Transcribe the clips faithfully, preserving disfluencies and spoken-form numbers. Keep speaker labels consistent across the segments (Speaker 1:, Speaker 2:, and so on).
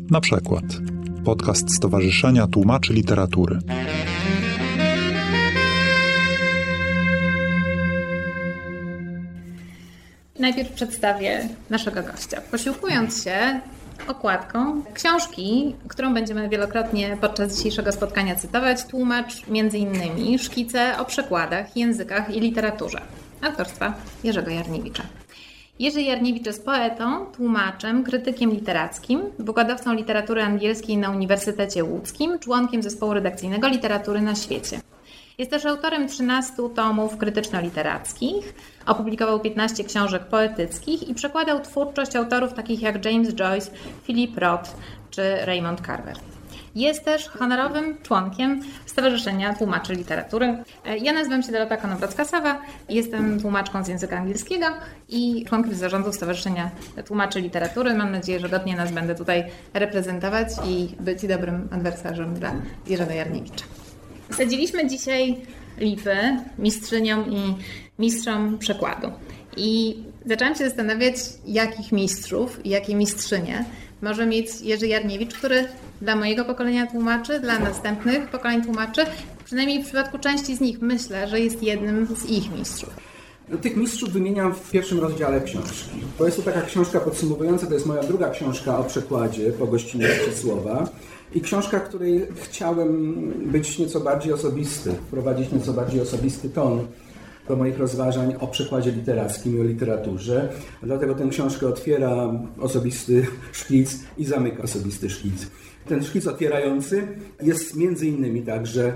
Speaker 1: Na przykład podcast Stowarzyszenia Tłumaczy Literatury.
Speaker 2: Najpierw przedstawię naszego gościa. Posiłkując się okładką książki, którą będziemy wielokrotnie podczas dzisiejszego spotkania cytować, tłumacz między innymi szkice o przekładach, językach i literaturze autorstwa Jerzego Jarniewicza. Jerzy Jarniewicz jest poetą, tłumaczem, krytykiem literackim, wykładowcą literatury angielskiej na Uniwersytecie Łódzkim, członkiem zespołu redakcyjnego Literatury na świecie. Jest też autorem trzynastu tomów krytyczno-literackich, opublikował piętnaście książek poetyckich i przekładał twórczość autorów takich jak James Joyce, Philip Roth czy Raymond Carver. Jest też honorowym członkiem Stowarzyszenia Tłumaczy Literatury. Ja nazywam się Dorota Konowrocka-Sawa, jestem tłumaczką z języka angielskiego i członkiem zarządu Stowarzyszenia Tłumaczy Literatury. Mam nadzieję, że godnie nas będę tutaj reprezentować i być dobrym adwersarzem dla Jerzego Jarniewicza. Sadziliśmy dzisiaj lipy mistrzyniom i mistrzom przekładu. I zaczęłam się zastanawiać, jakich mistrzów i jakie mistrzynie może mieć Jerzy Jarniewicz, który dla mojego pokolenia tłumaczy, dla następnych pokoleń tłumaczy, przynajmniej w przypadku części z nich myślę, że jest jednym z ich mistrzów.
Speaker 3: Tych mistrzów wymieniam w pierwszym rozdziale książki. To jest to taka książka podsumowująca, to jest moja druga książka o przekładzie po gościnności słowa. I książka, której chciałem być nieco bardziej osobisty, wprowadzić nieco bardziej osobisty ton do moich rozważań o przekładzie literackim i o literaturze. Dlatego tę książkę otwiera osobisty szkic i zamyka osobisty szkic. Ten szkic otwierający jest między innymi także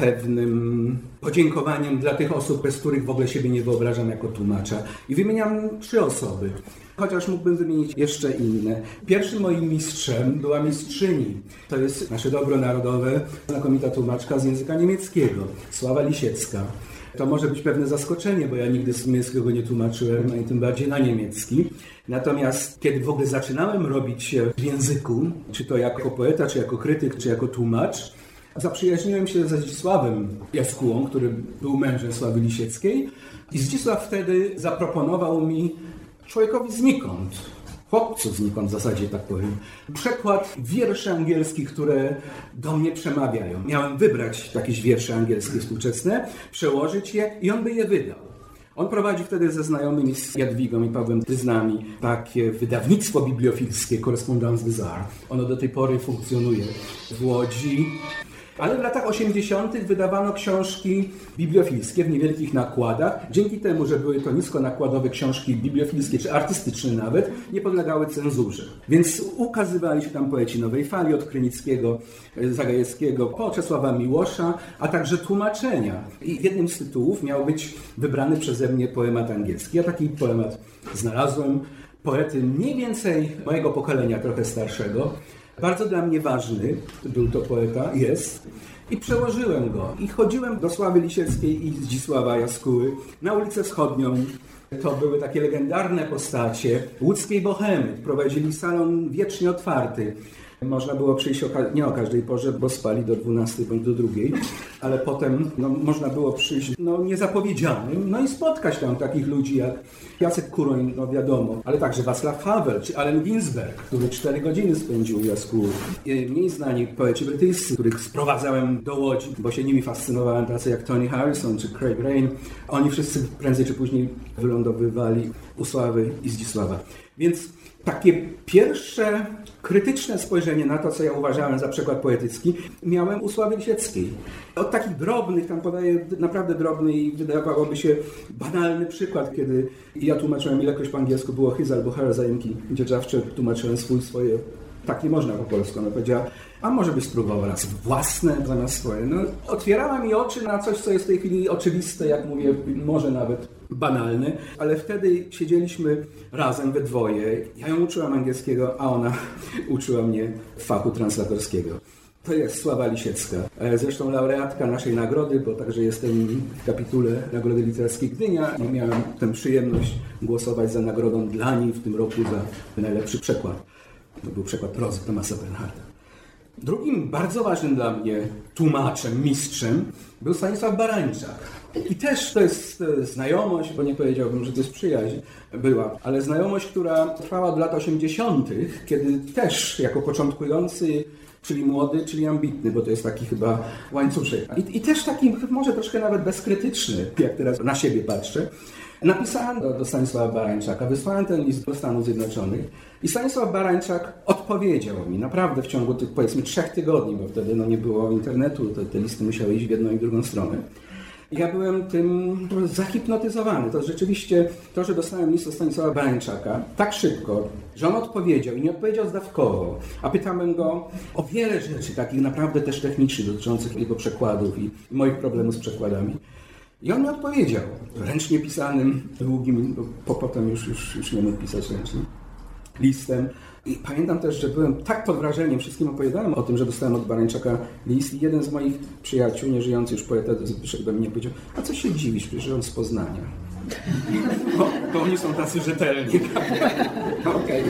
Speaker 3: pewnym podziękowaniem dla tych osób, bez których w ogóle siebie nie wyobrażam jako tłumacza. I wymieniam trzy osoby, chociaż mógłbym wymienić jeszcze inne. Pierwszym moim mistrzem była mistrzyni. To jest nasze dobro narodowe, znakomita tłumaczka z języka niemieckiego, Sława Lisiecka. To może być pewne zaskoczenie, bo ja nigdy z niemieckiego nie tłumaczyłem, a i tym bardziej na niemiecki. Natomiast kiedy w ogóle zaczynałem robić się w języku, czy to jako poeta, czy jako krytyk, czy jako tłumacz, zaprzyjaźniłem się ze Zdzisławem Jaskułą, który był mężem Sławy Lisieckiej. I Zdzisław wtedy zaproponował mi człowiekowi znikąd, chłopcu znikąd w zasadzie, tak powiem, przekład wierszy angielskich, które do mnie przemawiają. Miałem wybrać jakieś wiersze angielskie współczesne, przełożyć je i on by je wydał. On prowadził wtedy ze znajomymi z Jadwigą i Pawłem Tyznami takie wydawnictwo bibliofilskie, Correspondance Bizarre. Ono do tej pory funkcjonuje w Łodzi. Ale w latach osiemdziesiątych wydawano książki bibliofilskie w niewielkich nakładach. Dzięki temu, że były to niskonakładowe książki bibliofilskie, czy artystyczne nawet, nie podlegały cenzurze. Więc ukazywali się tam poeci nowej fali, od Krynickiego, Zagajewskiego, po Czesława Miłosza, a także tłumaczenia. I jednym z tytułów miał być wybrany przeze mnie poemat angielski. Ja taki poemat znalazłem, poety mniej więcej mojego pokolenia, trochę starszego. Bardzo dla mnie ważny był to poeta, jest, i przełożyłem go. I chodziłem do Sławy Lisieckiej i Zdzisława Jaskuły na ulicę Wschodnią. To były takie legendarne postacie łódzkiej bohemy. Prowadzili salon wiecznie otwarty. Można było przyjść o, nie o każdej porze, bo spali do dwunastej bądź do drugiej, ale potem no, można było przyjść no, niezapowiedzianym, no i spotkać tam takich ludzi jak Jacek Kuroń, no wiadomo, ale także Václav Havel czy Allen Ginsberg, który cztery godziny spędził u Jaskuły. Mniej znani poeci brytyjscy, których sprowadzałem do Łodzi, bo się nimi fascynowałem, tacy jak Tony Harrison czy Craig Rain. Oni wszyscy prędzej czy później wylądowywali u Sławy i Zdzisława. Więc takie pierwsze krytyczne spojrzenie na to, co ja uważałem za przekład poetycki, miałem u Sławy Lisieckiej. Od takich drobnych, tam podaję naprawdę drobny i wydawałoby się banalny przykład, kiedy ja tłumaczyłem ilekroć po angielsku było his albo her zajęki dzierżawcze, tłumaczyłem swój, swoje, tak nie można po polsku. Ona powiedziała, a może byś spróbował raz własne zamiast swoje. No, otwierała mi oczy na coś, co jest w tej chwili oczywiste, jak mówię, może nawet banalne, ale wtedy siedzieliśmy razem we dwoje. Ja ją uczyłam angielskiego, a ona uczyła mnie fachu translatorskiego. To jest Sława Lisiecka, zresztą laureatka naszej nagrody, bo także jestem w kapitule Nagrody Literackiej Gdynia i miałem tę przyjemność głosować za nagrodą dla niej w tym roku za najlepszy przekład. To był przekład prozy Thomasa Bernharda. Drugim bardzo ważnym dla mnie tłumaczem, mistrzem był Stanisław Barańczak. I też to jest znajomość, bo nie powiedziałbym, że to jest przyjaźń, była, ale znajomość, która trwała od lat osiemdziesiątych, kiedy też jako początkujący, czyli młody, czyli ambitny, bo to jest taki chyba łańcuszek. I, i też taki może troszkę nawet bezkrytyczny, jak teraz na siebie patrzę. Napisałem do, do Stanisława Barańczaka, wysłałem ten list do Stanów Zjednoczonych i Stanisław Barańczak odpowiedział mi naprawdę w ciągu tych powiedzmy trzech tygodni, bo wtedy no, nie było internetu, to te listy musiały iść w jedną i w drugą stronę. Ja byłem tym zahipnotyzowany. To rzeczywiście to, że dostałem list od Stanisława Barańczaka tak szybko, że on odpowiedział i nie odpowiedział zdawkowo, a pytałem go o wiele rzeczy, takich naprawdę też technicznych, dotyczących jego przekładów i moich problemów z przekładami. I on mi odpowiedział ręcznie pisanym, długim, bo potem już, już, już nie mógł pisać ręcznie, listem. I pamiętam też, że byłem tak pod wrażeniem, wszystkim opowiadałem o tym, że dostałem od Barańczaka list i jeden z moich przyjaciół, nieżyjący już poeta, przyszedł do mnie i powiedział: a co się dziwisz, przecież on z Poznania. Bo, bo oni są tacy rzetelni. Okej.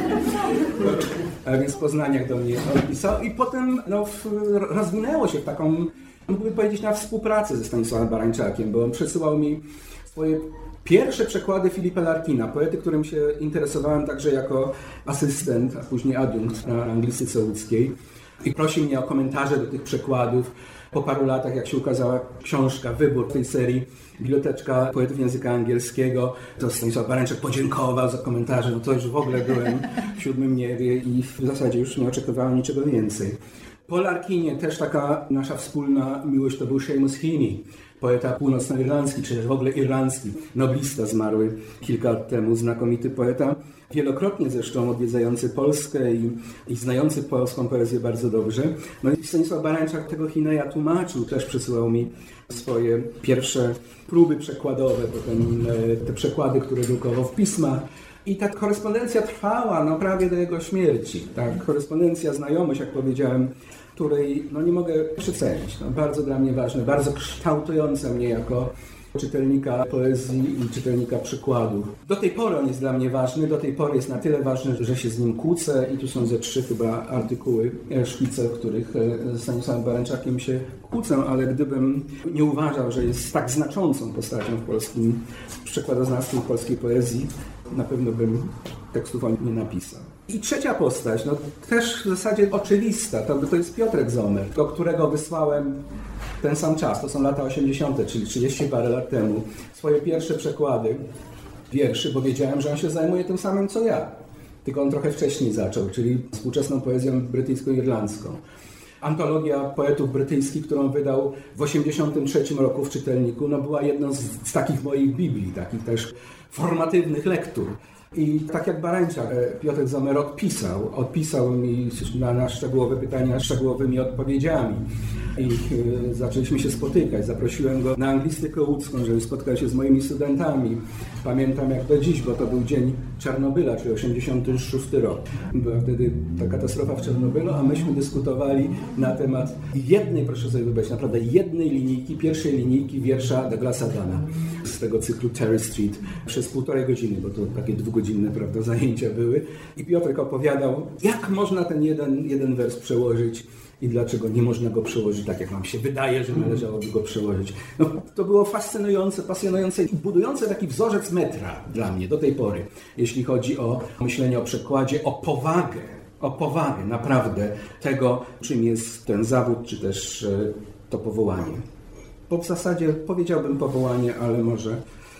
Speaker 3: A więc z Poznania do mnie odpisał i potem no, rozwinęło się w taką, mógłbym powiedzieć, na współpracę ze Stanisławem Barańczakiem, bo on przesyłał mi swoje pierwsze przekłady Filipa Larkina, poety, którym się interesowałem także jako asystent, a później adiunkt na anglistyce łódzkiej. I prosił mnie o komentarze do tych przekładów. Po paru latach, jak się ukazała książka, wybór tej serii, Biblioteczka Poetów Języka Angielskiego, to Stanisław Barańczak podziękował za komentarze. No to już w ogóle byłem w siódmym niebie i w zasadzie już nie oczekiwałem niczego więcej. Po Larkinie też taka nasza wspólna miłość to był Seamus Heaney, poeta północnoirlandzki, czy też w ogóle irlandzki, noblista zmarły kilka lat temu, znakomity poeta, wielokrotnie zresztą odwiedzający Polskę i, i znający polską poezję bardzo dobrze. No i Stanisław Barańczak tego Heaneya tłumaczył, też przysyłał mi swoje pierwsze próby przekładowe, potem te przekłady, które drukował w pismach. I ta korespondencja trwała no, prawie do jego śmierci. Tak? Korespondencja, znajomość, jak powiedziałem, której no, nie mogę przecenić. No, bardzo dla mnie ważne, bardzo kształtujące mnie jako czytelnika poezji i czytelnika przykładów. Do tej pory on jest dla mnie ważny, do tej pory jest na tyle ważny, że się z nim kłócę i tu są ze trzy chyba artykuły, szkice, w których z Stanisławem Barańczakiem się kłócę, ale gdybym nie uważał, że jest tak znaczącą postacią w polskim przekładoznawstwie i polskiej poezji, na pewno bym tekstów on nie napisał. I trzecia postać, no też w zasadzie oczywista, to, to jest Piotrek Zomer, do którego wysłałem ten sam czas, to są lata osiemdziesiąte, czyli trzydzieści parę lat temu, swoje pierwsze przekłady wierszy, bo wiedziałem, że on się zajmuje tym samym co ja. Tylko on trochę wcześniej zaczął, czyli współczesną poezją brytyjsko-irlandzką. Antologia poetów brytyjskich, którą wydał w osiemdziesiątym trzecim roku w czytelniku, no była jedną z, z takich moich biblii, takich też formatywnych lektur. I tak jak Barańczak, Piotr Zomer odpisał, odpisał mi na, na szczegółowe pytania szczegółowymi odpowiedziami. I y, zaczęliśmy się spotykać. Zaprosiłem go na anglistykę łódzką, żeby spotkał się z moimi studentami. Pamiętam jak do dziś, bo to był dzień Czarnobyla, czyli osiemdziesiąty szósty rok. Była wtedy ta katastrofa w Czarnobylu, a myśmy dyskutowali na temat jednej, proszę sobie wybrać, naprawdę jednej linijki, pierwszej linijki wiersza Douglasa Dunna z tego cyklu Terry Street przez półtorej godziny, bo to takie dwugodzinne, prawda, zajęcia były. I Piotrek opowiadał, jak można ten jeden, jeden wers przełożyć i dlaczego nie można go przełożyć tak, jak nam się wydaje, że należałoby go przełożyć. No, to było fascynujące, pasjonujące i budujące taki wzorzec metra dla mnie do tej pory, jeśli chodzi o myślenie o przekładzie, o powagę, o powagę naprawdę tego, czym jest ten zawód, czy też to powołanie. Bo w zasadzie powiedziałbym powołanie, ale może,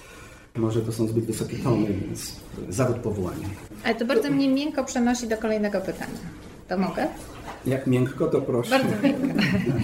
Speaker 3: może to są zbyt wysokie tony, więc zawód powołania.
Speaker 2: Ale to bardzo mnie miękko przenosi do kolejnego pytania. To mogę?
Speaker 3: Jak miękko, to proszę.
Speaker 2: Bardzo miękko.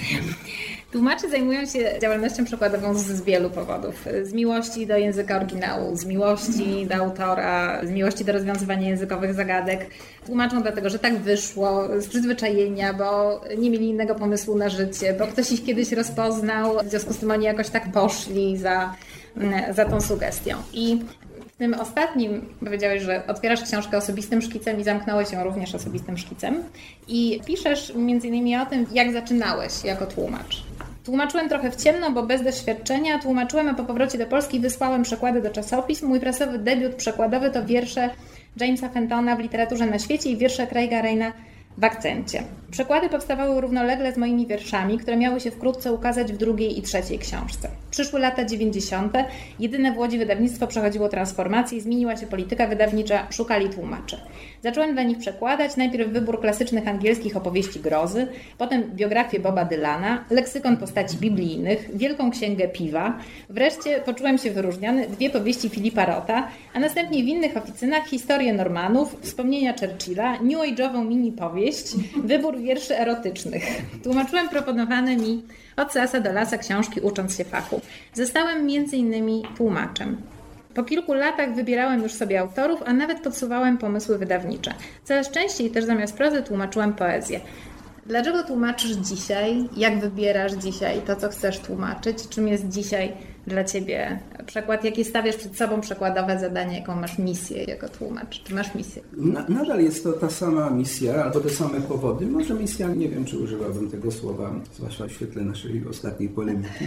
Speaker 2: Tłumacze zajmują się działalnością przekładową z, z wielu powodów. Z miłości do języka oryginału, z miłości do autora, z miłości do rozwiązywania językowych zagadek. Tłumaczą dlatego, że tak wyszło, z przyzwyczajenia, bo nie mieli innego pomysłu na życie, bo ktoś ich kiedyś rozpoznał, w związku z tym oni jakoś tak poszli za, za tą sugestią. I w tym ostatnim powiedziałeś, że otwierasz książkę osobistym szkicem i zamknąłeś ją również osobistym szkicem. I piszesz między innymi o tym, jak zaczynałeś jako tłumacz. Tłumaczyłem trochę w ciemno, bo bez doświadczenia. Tłumaczyłem, a po powrocie do Polski wysłałem przekłady do czasopism. Mój prasowy debiut przekładowy to wiersze Jamesa Fentona w literaturze na świecie i wiersze Craiga Raina w akcencie. Przekłady powstawały równolegle z moimi wierszami, które miały się wkrótce ukazać w drugiej i trzeciej książce. Przyszły lata dziewięćdziesiąte. Jedyne w Łodzi wydawnictwo przechodziło transformację i zmieniła się polityka wydawnicza, szukali tłumaczy. Zacząłem dla nich przekładać najpierw wybór klasycznych angielskich opowieści grozy, potem biografię Boba Dylana, leksykon postaci biblijnych, wielką księgę piwa. Wreszcie poczułem się wyróżniony, dwie powieści Filipa Rota, a następnie w innych oficynach historię Normanów, wspomnienia Churchilla, new age'ową mini powieść, wybór wierszy erotycznych. Tłumaczyłem proponowane mi od sasa do lasa książki, ucząc się fachu. Zostałem między innymi tłumaczem. Po kilku latach wybierałem już sobie autorów, a nawet podsuwałem pomysły wydawnicze. Coraz częściej też zamiast prozy tłumaczyłem poezję. Dlaczego tłumaczysz dzisiaj? Jak wybierasz dzisiaj to, co chcesz tłumaczyć? Czym jest dzisiaj dla Ciebie przekład? Jakie stawiasz przed sobą przekładowe zadanie? Jaką masz misję jako tłumacz? Czy masz misję?
Speaker 3: Na, nadal jest to ta sama misja, albo te same powody. Może misja, nie wiem, czy używałbym tego słowa, zwłaszcza w świetle naszej ostatniej polemiki.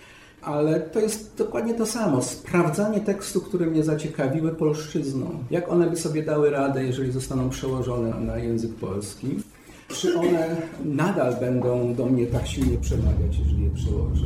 Speaker 3: Ale to jest dokładnie to samo. Sprawdzanie tekstu, które mnie zaciekawiły polszczyzną. Jak one by sobie dały radę, jeżeli zostaną przełożone na język polski? Czy one nadal będą do mnie tak silnie przemawiać, jeżeli je przełożę?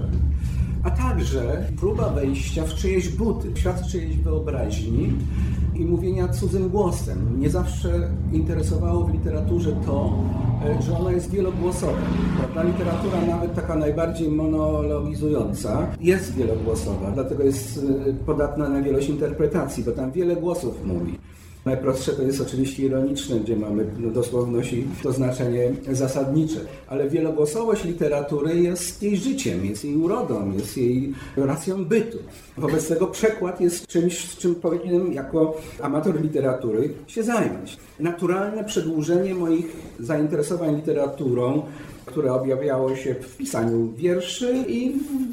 Speaker 3: A także próba wejścia w czyjeś buty, w świat czyjejś wyobraźni i mówienia cudzym głosem. Mnie zawsze interesowało w literaturze to, że ona jest wielogłosowa. Ta literatura, nawet taka najbardziej monologizująca, jest wielogłosowa, dlatego jest podatna na wielość interpretacji, bo tam wiele głosów mówi. Najprostsze to jest oczywiście ironiczne, gdzie mamy dosłowność i to znaczenie zasadnicze. Ale wielogłosowość literatury jest jej życiem, jest jej urodą, jest jej racją bytu. Wobec tego przekład jest czymś, z czym powinienem jako amator literatury się zająć. Naturalne przedłużenie moich zainteresowań literaturą, które objawiało się w pisaniu wierszy i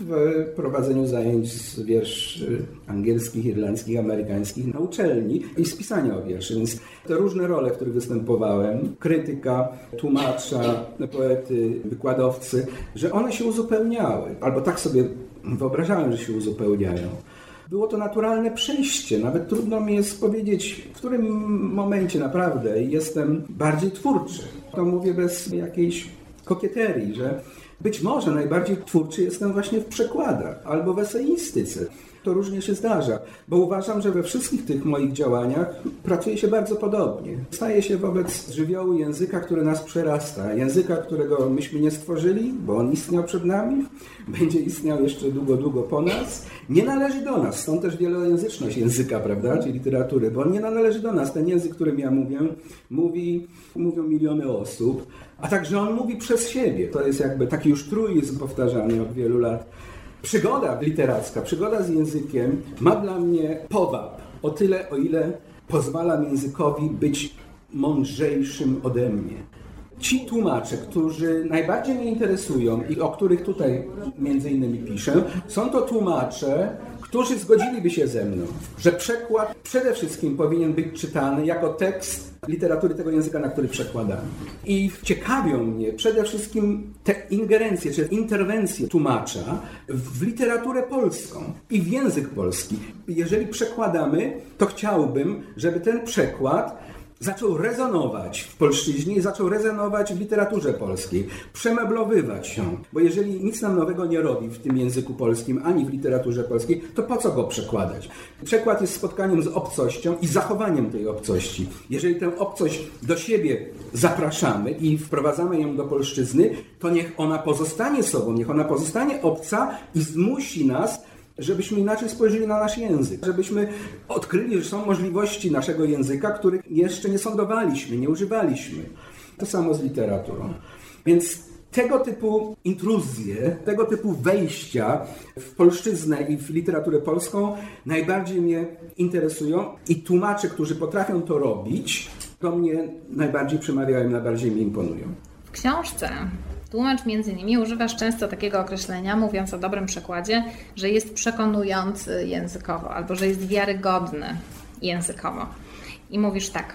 Speaker 3: w prowadzeniu zajęć z wierszy angielskich, irlandzkich, amerykańskich na uczelni i z pisania o wierszy. Więc te różne role, w których występowałem, krytyka, tłumacza, poety, wykładowcy, że one się uzupełniały, albo tak sobie wyobrażałem, że się uzupełniają. Było to naturalne przejście. Nawet trudno mi jest powiedzieć, w którym momencie naprawdę jestem bardziej twórczy. To mówię bez jakiejś kokieterii, że być może najbardziej twórczy jestem właśnie w przekładach albo w eseistyce. To różnie się zdarza, bo uważam, że we wszystkich tych moich działaniach pracuje się bardzo podobnie. Staje się wobec żywiołu języka, który nas przerasta, języka, którego myśmy nie stworzyli, bo on istniał przed nami, będzie istniał jeszcze długo, długo po nas. Nie należy do nas, stąd też wielojęzyczność języka, prawda, czy literatury, bo on nie należy do nas. Ten język, którym ja mówię, mówi, mówią miliony osób, a także on mówi przez siebie. To jest jakby taki już truizm powtarzany od wielu lat. Przygoda literacka, przygoda z językiem ma dla mnie powab o tyle, o ile pozwalam językowi być mądrzejszym ode mnie. Ci tłumacze, którzy najbardziej mnie interesują i o których tutaj między innymi piszę, są to tłumacze, którzy zgodziliby się ze mną, że przekład przede wszystkim powinien być czytany jako tekst literatury tego języka, na który przekładamy. I ciekawią mnie przede wszystkim te ingerencje, czy interwencje tłumacza w literaturę polską i w język polski. Jeżeli przekładamy, to chciałbym, żeby ten przekład zaczął rezonować w polszczyźnie i zaczął rezonować w literaturze polskiej, przemeblowywać się. Bo jeżeli nic nam nowego nie robi w tym języku polskim, ani w literaturze polskiej, to po co go przekładać? Przekład jest spotkaniem z obcością i zachowaniem tej obcości. Jeżeli tę obcość do siebie zapraszamy i wprowadzamy ją do polszczyzny, to niech ona pozostanie sobą, niech ona pozostanie obca i zmusi nas, żebyśmy inaczej spojrzeli na nasz język, żebyśmy odkryli, że są możliwości naszego języka, których jeszcze nie sądowaliśmy, nie używaliśmy. To samo z literaturą. Więc tego typu intruzje, tego typu wejścia w polszczyznę i w literaturę polską najbardziej mnie interesują i tłumacze, którzy potrafią to robić, do mnie najbardziej przemawiają, najbardziej mi imponują.
Speaker 2: W książce tłumacz między innymi używasz często takiego określenia, mówiąc o dobrym przekładzie, że jest przekonujący językowo albo że jest wiarygodny językowo. I mówisz tak.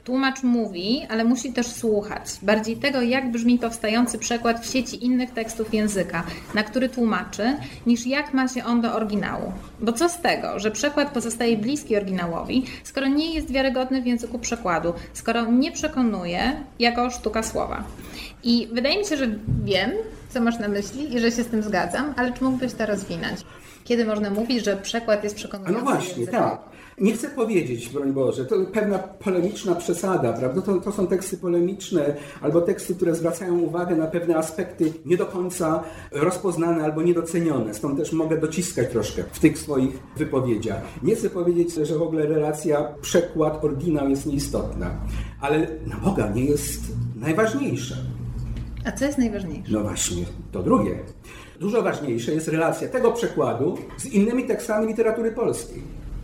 Speaker 2: Tłumacz mówi, ale musi też słuchać. Bardziej tego, jak brzmi powstający przekład w sieci innych tekstów języka, na który tłumaczy, niż jak ma się on do oryginału. Bo co z tego, że przekład pozostaje bliski oryginałowi, skoro nie jest wiarygodny w języku przekładu, skoro nie przekonuje jako sztuka słowa. I wydaje mi się, że wiem, co masz na myśli i że się z tym zgadzam, ale czy mógłbyś to rozwinąć? Kiedy można mówić, że przekład jest przekonujący?
Speaker 3: No właśnie, tak. Nie chcę powiedzieć, broń Boże, to pewna polemiczna przesada, prawda? To, to są teksty polemiczne albo teksty, które zwracają uwagę na pewne aspekty nie do końca rozpoznane albo niedocenione. Stąd też mogę dociskać troszkę w tych swoich wypowiedziach. Nie chcę powiedzieć, że w ogóle relacja przekład-oryginał jest nieistotna, ale na Boga nie jest najważniejsza.
Speaker 2: A co jest najważniejsze?
Speaker 3: No właśnie, to drugie. Dużo ważniejsza jest relacja tego przekładu z innymi tekstami literatury polskiej.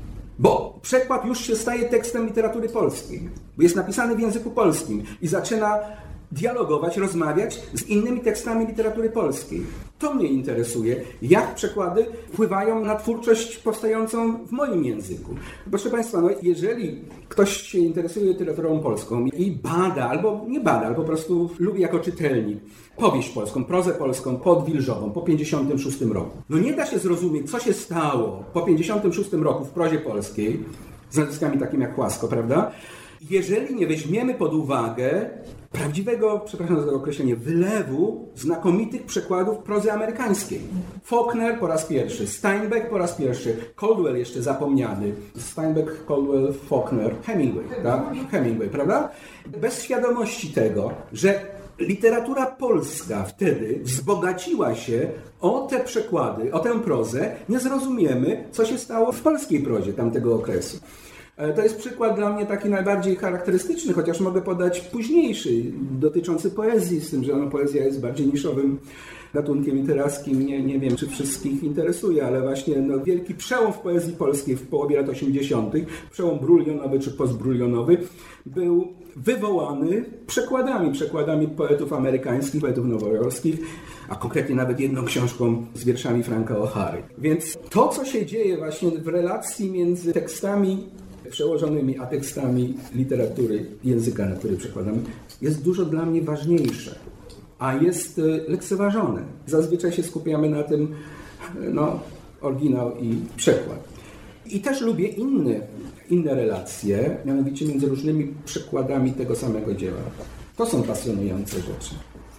Speaker 3: Bo przekład już się staje tekstem literatury polskiej, bo jest napisany w języku polskim i zaczyna dialogować, rozmawiać z innymi tekstami literatury polskiej. To mnie interesuje, jak przekłady wpływają na twórczość powstającą w moim języku. Proszę Państwa, no jeżeli ktoś się interesuje literaturą polską i bada, albo nie bada, albo po prostu lubi jako czytelnik powieść polską, prozę polską podwilżową po pięćdziesiątym szóstym roku, no nie da się zrozumieć, co się stało po pięćdziesiątym szóstym roku w prozie polskiej z nazwiskami takim jak Łasko, prawda? Jeżeli nie weźmiemy pod uwagę prawdziwego, przepraszam za to określenie, wylewu znakomitych przekładów prozy amerykańskiej. Faulkner po raz pierwszy, Steinbeck po raz pierwszy, Caldwell jeszcze zapomniany. Steinbeck, Caldwell, Faulkner, Hemingway, tak? Hemingway, prawda? Bez świadomości tego, że literatura polska wtedy wzbogaciła się o te przekłady, o tę prozę, nie zrozumiemy, co się stało w polskiej prozie tamtego okresu. To jest przykład dla mnie taki najbardziej charakterystyczny, chociaż mogę podać późniejszy, dotyczący poezji, z tym, że no, poezja jest bardziej niszowym gatunkiem literackim. Nie, nie wiem, czy wszystkich interesuje, ale właśnie no, wielki przełom w poezji polskiej w połowie lat osiemdziesiątych, przełom brulionowy czy postbrulionowy, był wywołany przekładami, przekładami poetów amerykańskich, poetów nowojorskich, a konkretnie nawet jedną książką z wierszami Franka O'Hary. Więc to, co się dzieje właśnie w relacji między tekstami przełożonymi, a tekstami literatury, języka, na który przekładamy, jest dużo dla mnie ważniejsze, a jest lekceważone. Zazwyczaj się skupiamy na tym, no, oryginał i przekład. I też lubię inne, inne relacje, mianowicie między różnymi przekładami tego samego dzieła. To są pasjonujące rzeczy.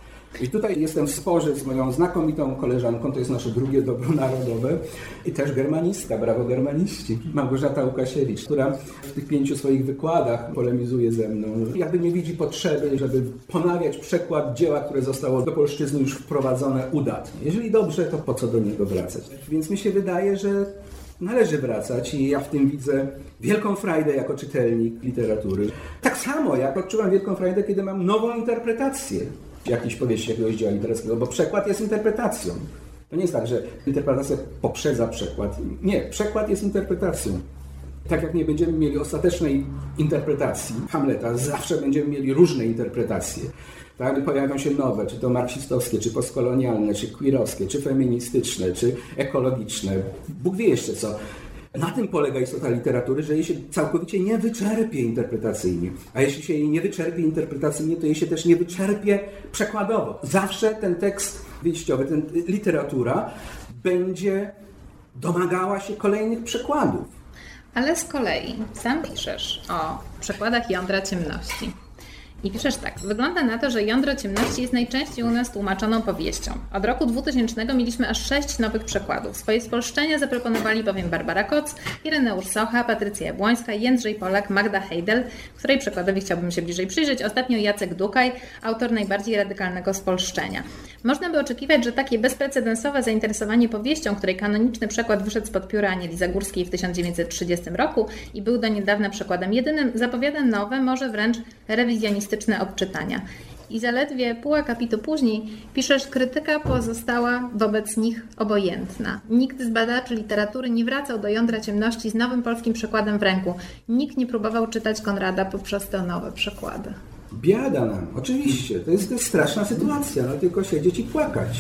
Speaker 3: I tutaj jestem w sporze z moją znakomitą koleżanką, to jest nasze drugie dobro narodowe i też germanistka, brawo germaniści, Małgorzata Łukasiewicz, która w tych pięciu swoich wykładach polemizuje ze mną. Jakby nie widzi potrzeby, żeby ponawiać przekład dzieła, które zostało do polszczyzny już wprowadzone udatnie. Jeżeli dobrze, to po co do niego wracać? Więc mi się wydaje, że należy wracać i ja w tym widzę wielką frajdę jako czytelnik literatury. Tak samo jak odczuwam wielką frajdę, kiedy mam nową interpretację jakiejś powieści, jakiegoś dzieła literackiego, bo przekład jest interpretacją. To nie jest tak, że interpretacja poprzedza przekład. Nie, przekład jest interpretacją. Tak jak nie będziemy mieli ostatecznej interpretacji Hamleta, zawsze będziemy mieli różne interpretacje. Tak, pojawią się nowe, czy to marksistowskie, czy postkolonialne, czy queerowskie, czy feministyczne, czy ekologiczne. Bóg wie jeszcze co. Na tym polega istota literatury, że jej się całkowicie nie wyczerpie interpretacyjnie. A jeśli się jej nie wyczerpie interpretacyjnie, to jej się też nie wyczerpie przekładowo. Zawsze ten tekst wyjściowy, ten literatura będzie domagała się kolejnych przekładów.
Speaker 2: Ale z kolei sam piszesz o przekładach Jądra Ciemności. I piszesz tak. Wygląda na to, że Jądro Ciemności jest najczęściej u nas tłumaczoną powieścią. Od roku dwutysięcznego mieliśmy aż sześć nowych przekładów. Swoje spolszczenia zaproponowali bowiem Barbara Koc, Ireneusz Socha, Patrycja Jabłońska, Jędrzej Polak, Magda Hejdel, której przekładowi chciałbym się bliżej przyjrzeć. Ostatnio Jacek Dukaj, autor najbardziej radykalnego spolszczenia. Można by oczekiwać, że takie bezprecedensowe zainteresowanie powieścią, której kanoniczny przekład wyszedł spod pióra Anieli Zagórskiej w tysiąc dziewięćset trzydziestym roku i był do niedawna przekładem jedynym, zapowiada nowe, może wręcz rewizjonistyczne odczytania. I zaledwie pół akapitu później piszesz, krytyka pozostała wobec nich obojętna. Nikt z badaczy literatury nie wracał do Jądra Ciemności z nowym polskim przekładem w ręku. Nikt nie próbował czytać Konrada poprzez te nowe przekłady.
Speaker 3: Biada nam, oczywiście. To jest, to jest straszna sytuacja, no tylko siedzieć i płakać.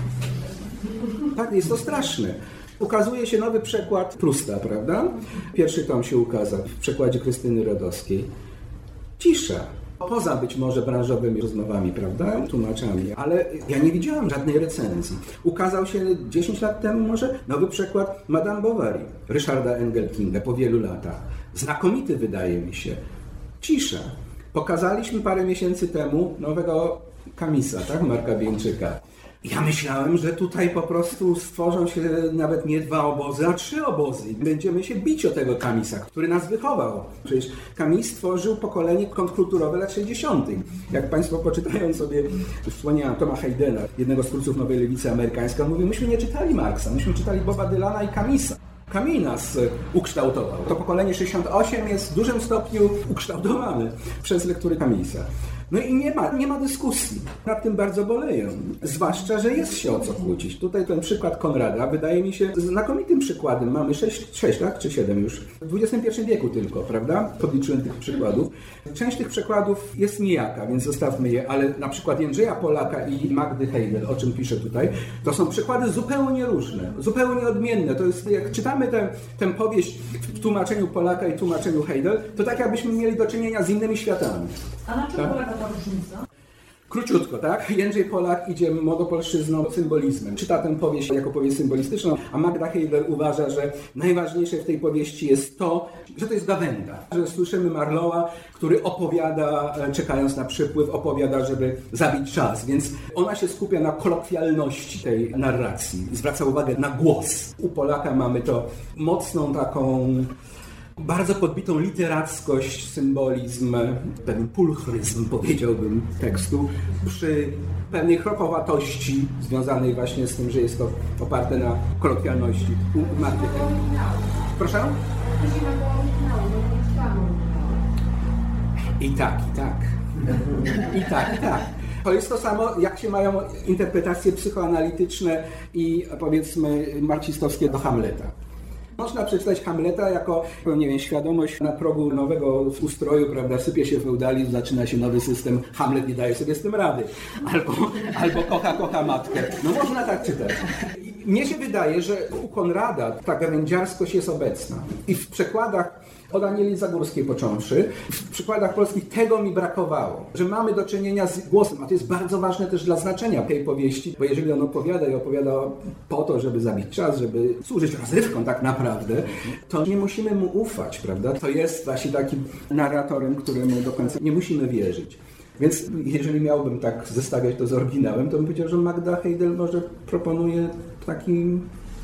Speaker 3: Tak, jest to straszne. Ukazuje się nowy przekład Prusta, prawda? Pierwszy tom się ukazał w przekładzie Krystyny Rodowskiej. cisza. Poza być może branżowymi rozmowami, prawda, tłumaczami, ale ja nie widziałam żadnej recenzji. Ukazał się dziesięć lat temu może nowy przekład Madame Bovary, Ryszarda Engelkinga po wielu latach. Znakomity wydaje mi się. Cisza. Pokazaliśmy parę miesięcy temu nowego Camisa, tak, Marka Bieńczyka. Ja myślałem, że tutaj po prostu stworzą się nawet nie dwa obozy, a trzy obozy. Będziemy się bić o tego Camisa, który nas wychował. Przecież Camis stworzył pokolenie kontrkulturowe lat sześćdziesiątych. Jak Państwo poczytają sobie, wspomniałem Toma Haydena, jednego z twórców Nowej Lewicy Amerykańskiej, on mówił, myśmy nie czytali Marksa, myśmy czytali Boba Dylana i Camisa. Camus nas ukształtował. To pokolenie sześćdziesiąt osiem jest w dużym stopniu ukształtowane przez lektury Camisa. No i nie ma, nie ma dyskusji. Nad tym bardzo boleję. Zwłaszcza, że jest się o co kłócić. Tutaj ten przykład Konrada wydaje mi się znakomitym przykładem. Mamy sześć, sześć tak? Czy siedem już? W dwudziestym pierwszym wieku tylko, prawda? Podliczyłem tych przykładów. Część tych przykładów jest nijaka, więc zostawmy je, ale na przykład Jędrzeja Polaka i Magdy Heydel, o czym piszę tutaj, to są przykłady zupełnie różne, zupełnie odmienne. To jest, jak czytamy tę, tę powieść w tłumaczeniu Polaka i tłumaczeniu Heydel, to tak jakbyśmy mieli do czynienia z innymi światami.
Speaker 4: A na czym
Speaker 3: tak?
Speaker 4: polega ta różnica?
Speaker 3: Króciutko, tak? Jędrzej Polak idzie monopolszczyzną, symbolizmem. Czyta tę powieść jako powieść symbolistyczną, a Magda Heydel uważa, że najważniejsze w tej powieści jest to, że to jest gawęda. Że słyszymy Marlowa, który opowiada, czekając na przypływ, opowiada, żeby zabić czas. Więc ona się skupia na kolokwialności tej narracji. Zwraca uwagę na głos. U Polaka mamy to mocną taką bardzo podbitą literackość, symbolizm, pewien pulchryzm, powiedziałbym, tekstu, przy pewnej chropowatości związanej właśnie z tym, że jest to oparte na kolokwialności. U Magdy. Proszę? I tak, i tak. I tak, i tak. To jest to samo, jak się mają interpretacje psychoanalityczne i powiedzmy marksistowskie do Hamleta. Można przeczytać Hamleta jako, nie wiem, świadomość na progu nowego ustroju, prawda, sypie się feudalizm, zaczyna się nowy system, Hamlet nie daje sobie z tym rady. Albo, albo kocha, kocha matkę. No można tak czytać. Mnie się wydaje, że u Konrada ta gawędziarskość jest obecna. I w przekładach od Anieli Zagórskiej począwszy, w przykładach polskich tego mi brakowało, że mamy do czynienia z głosem, a to jest bardzo ważne też dla znaczenia tej powieści, bo jeżeli on opowiada i opowiada po to, żeby zabić czas, żeby służyć rozrywką tak naprawdę, to nie musimy mu ufać, prawda? To jest właśnie takim narratorem, któremu do końca nie musimy wierzyć. Więc jeżeli miałbym tak zestawiać to z oryginałem, to bym powiedział, że Magda Heydel może proponuje taki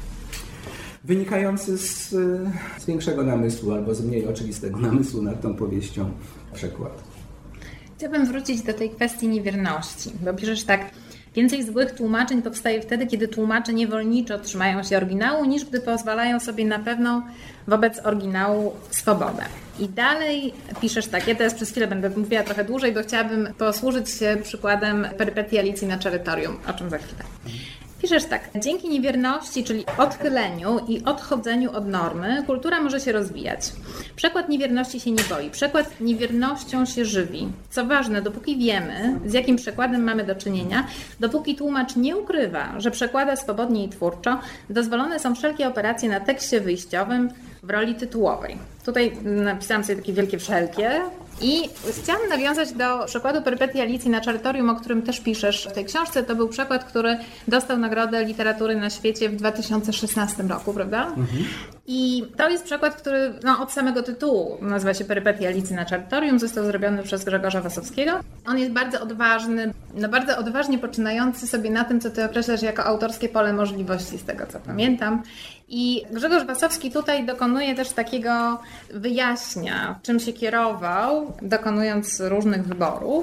Speaker 3: wynikający z, z większego namysłu albo z mniej oczywistego namysłu nad tą powieścią przekład.
Speaker 2: Chciałabym wrócić do tej kwestii niewierności, bo piszesz tak, więcej złych tłumaczeń powstaje wtedy, kiedy tłumacze niewolniczo trzymają się oryginału, niż gdy pozwalają sobie na pewną wobec oryginału swobodę. I dalej piszesz tak, ja teraz przez chwilę będę mówiła trochę dłużej, bo chciałabym posłużyć się przykładem perypetii Alicji na Charytorium, o czym za chwilę. Piszesz tak, dzięki niewierności, czyli odchyleniu i odchodzeniu od normy, kultura może się rozwijać. Przekład niewierności się nie boi, przekład niewiernością się żywi. Co ważne, dopóki wiemy, z jakim przekładem mamy do czynienia, dopóki tłumacz nie ukrywa, że przekłada swobodnie i twórczo, dozwolone są wszelkie operacje na tekście wyjściowym w roli tytułowej. Tutaj napisałam sobie takie wielkie wszelkie. I chciałam nawiązać do przykładu perypetii Alicji na Charytorium, o którym też piszesz w tej książce. To był przykład, który dostał Nagrodę Literatury na świecie w dwa tysiące szesnastym roku, prawda? Mhm. I to jest przykład, który no, od samego tytułu nazywa się Perypetii Alicji na Charytorium. Został zrobiony przez Grzegorza Wasowskiego. On jest bardzo odważny, no bardzo odważnie poczynający sobie na tym, co ty określasz jako autorskie pole możliwości, z tego co pamiętam. I Grzegorz Wasowski tutaj dokonuje też takiego wyjaśnia, czym się kierował, dokonując różnych wyborów.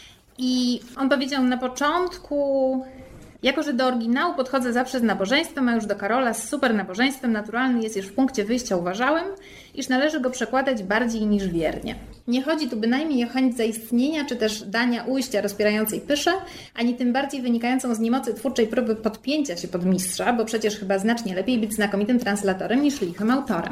Speaker 2: I on powiedział na początku, jako że do oryginału podchodzę zawsze z nabożeństwem, a już do Karola z super nabożeństwem, naturalny jest, iż w punkcie wyjścia uważałem, iż należy go przekładać bardziej niż wiernie. Nie chodzi tu bynajmniej o chęć zaistnienia, czy też dania ujścia rozpierającej pysze, ani tym bardziej wynikającą z niemocy twórczej próby podpięcia się pod mistrza, bo przecież chyba znacznie lepiej być znakomitym translatorem niż lichym autorem.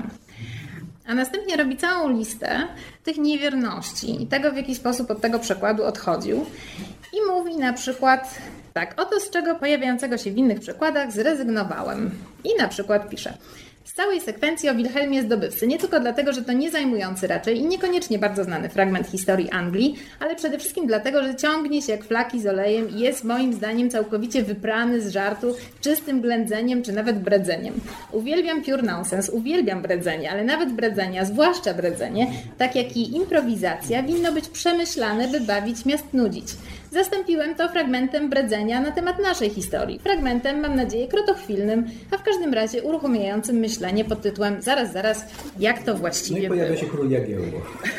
Speaker 2: A następnie robi całą listę tych niewierności i tego, w jaki sposób od tego przekładu odchodził. I mówi na przykład tak, oto z czego pojawiającego się w innych przekładach zrezygnowałem. I na przykład pisze, z całej sekwencji o Wilhelmie Zdobywcy. Nie tylko dlatego, że to nie zajmujący raczej i niekoniecznie bardzo znany fragment historii Anglii, ale przede wszystkim dlatego, że ciągnie się jak flaki z olejem i jest moim zdaniem całkowicie wyprany z żartu czystym ględzeniem czy nawet bredzeniem. Uwielbiam pure nonsense, uwielbiam bredzenie, ale nawet bredzenia, zwłaszcza bredzenie, tak jak i improwizacja, winno być przemyślane, by bawić miast nudzić. Zastąpiłem to fragmentem bredzenia na temat naszej historii. Fragmentem, mam nadzieję, krotochwilnym, a w każdym razie uruchamiającym myślenie pod tytułem zaraz, zaraz, jak to właściwie
Speaker 3: No i pojawia
Speaker 2: było.
Speaker 3: się król Jagiełło.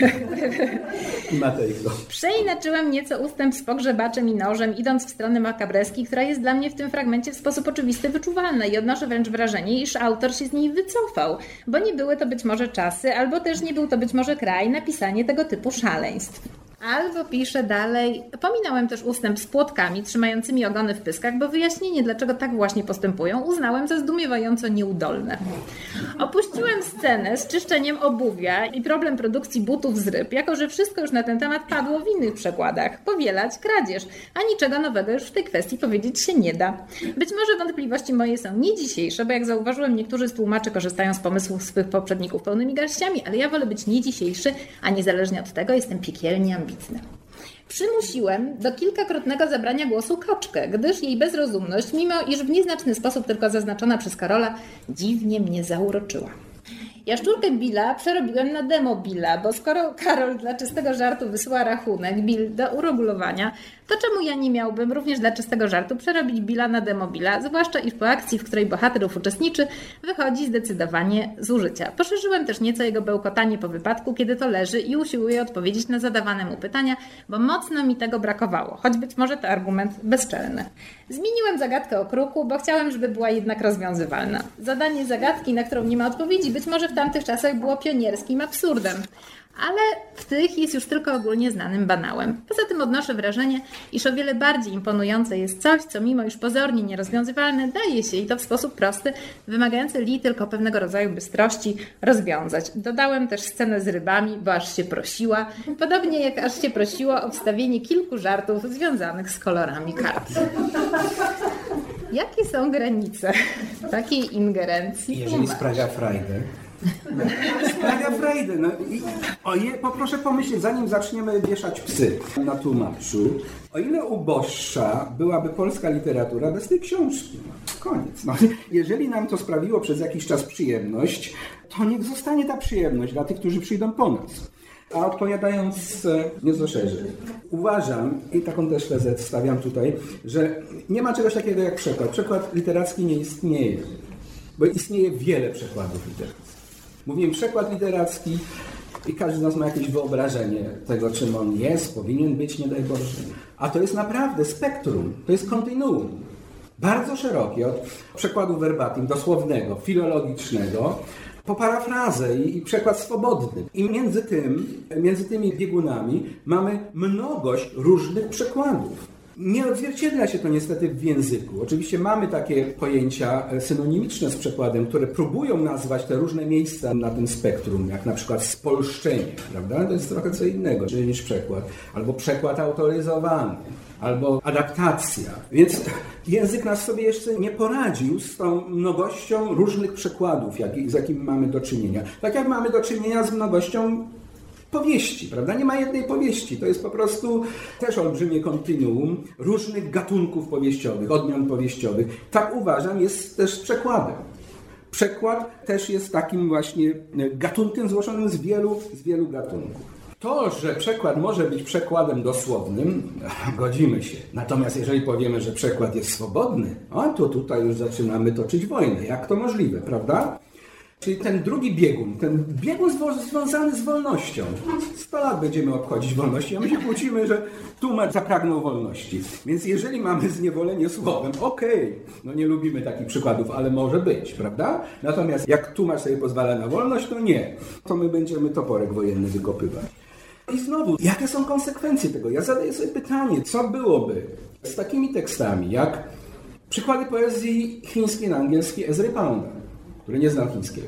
Speaker 3: I Matejko.
Speaker 2: Przeinaczyłem nieco ustęp z pogrzebaczem i nożem, idąc w stronę makabreski, która jest dla mnie w tym fragmencie w sposób oczywisty wyczuwalna i odnoszę wręcz wrażenie, iż autor się z niej wycofał, bo nie były to być może czasy, albo też nie był to być może kraj na pisanie tego typu szaleństw. Albo pisze dalej, pominąłem też ustęp z płotkami trzymającymi ogony w pyskach, bo wyjaśnienie, dlaczego tak właśnie postępują, uznałem za zdumiewająco nieudolne. Opuściłem scenę z czyszczeniem obuwia i problem produkcji butów z ryb, jako że wszystko już na ten temat padło w innych przekładach. Powielać, kradzież, a niczego nowego już w tej kwestii powiedzieć się nie da. Być może wątpliwości moje są nie dzisiejsze, bo jak zauważyłem, niektórzy z tłumaczy korzystają z pomysłów swych poprzedników pełnymi garściami, ale ja wolę być nie dzisiejszy, a niezależnie od tego jestem piekielnie ambitny. Przymusiłem do kilkakrotnego zabrania głosu koczkę, gdyż jej bezrozumność, mimo iż w nieznaczny sposób tylko zaznaczona przez Karola, dziwnie mnie zauroczyła. Jaszczurkę Billa przerobiłem na demo Billa, bo skoro Karol dla czystego żartu wysyła rachunek Bill do uregulowania, to czemu ja nie miałbym również dla czystego żartu przerobić Billa na demo Billa, zwłaszcza iż po akcji, w której bohaterów uczestniczy, wychodzi zdecydowanie z użycia. Poszerzyłem też nieco jego bełkotanie po wypadku, kiedy to leży i usiłuje odpowiedzieć na zadawane mu pytania, bo mocno mi tego brakowało, choć być może to argument bezczelny. Zmieniłem zagadkę o kruku, bo chciałem, żeby była jednak rozwiązywalna. Zadanie zagadki, na którą nie ma odpowiedzi, być może w tamtych czasach było pionierskim absurdem. Ale w tych jest już tylko ogólnie znanym banałem. Poza tym odnoszę wrażenie, iż o wiele bardziej imponujące jest coś, co mimo iż pozornie nierozwiązywalne, daje się i to w sposób prosty, wymagający li tylko pewnego rodzaju bystrości, rozwiązać. Dodałem też scenę z rybami, bo aż się prosiła, podobnie jak aż się prosiło o wstawienie kilku żartów związanych z kolorami kart. Jakie są granice takiej ingerencji?
Speaker 3: Jeżeli sprawia frajdę. Sprawia frajdę. No i oje, poproszę pomyśleć, zanim zaczniemy wieszać psy na tłumaczu, o ile uboższa byłaby polska literatura bez tej książki. Koniec. No, jeżeli nam to sprawiło przez jakiś czas przyjemność, to niech zostanie ta przyjemność dla tych, którzy przyjdą po nas. A odpowiadając nieco szerzej, uważam, i taką też tezę stawiam tutaj, że nie ma czegoś takiego jak przekład. Przekład literacki nie istnieje, bo istnieje wiele przekładów literackich. Mówię przekład literacki i każdy z nas ma jakieś wyobrażenie tego, czym on jest, powinien być, nie daj Boże. A to jest naprawdę spektrum, to jest kontynuum. Bardzo szerokie, od przekładu verbatim, dosłownego, filologicznego, po parafrazę i, i przekład swobodny. I między tym, między tymi biegunami mamy mnogość różnych przekładów. Nie odzwierciedla się to niestety w języku. Oczywiście mamy takie pojęcia synonimiczne z przekładem, które próbują nazwać te różne miejsca na tym spektrum, jak na przykład spolszczenie, prawda? To jest trochę co innego niż przekład. Albo przekład autoryzowany, albo adaptacja. Więc język nas sobie jeszcze nie poradził z tą mnogością różnych przekładów, jak, z jakimi mamy do czynienia. Tak jak mamy do czynienia z mnogością powieści, prawda? Nie ma jednej powieści. To jest po prostu też olbrzymie kontynuum różnych gatunków powieściowych, odmian powieściowych. Tak uważam, jest też przekładem. Przekład też jest takim właśnie gatunkiem złożonym z wielu, z wielu gatunków. To, że przekład może być przekładem dosłownym, godzimy się. Natomiast jeżeli powiemy, że przekład jest swobodny, a to tutaj już zaczynamy toczyć wojnę. Jak to możliwe, prawda? Czyli ten drugi biegun, ten biegun związany z wolnością. sto lat będziemy obchodzić wolności, a my się kłócimy, że tłumacz zapragnął wolności. Więc jeżeli mamy zniewolenie słowem, okej, okay, no nie lubimy takich przykładów, ale może być, prawda? Natomiast jak tłumacz sobie pozwala na wolność, to nie. To my będziemy toporek wojenny wykopywać. I znowu, jakie są konsekwencje tego? Ja zadaję sobie pytanie, co byłoby z takimi tekstami, jak przykłady poezji chińskiej na angielski Ezry Pounda, który nie znał chińskiego,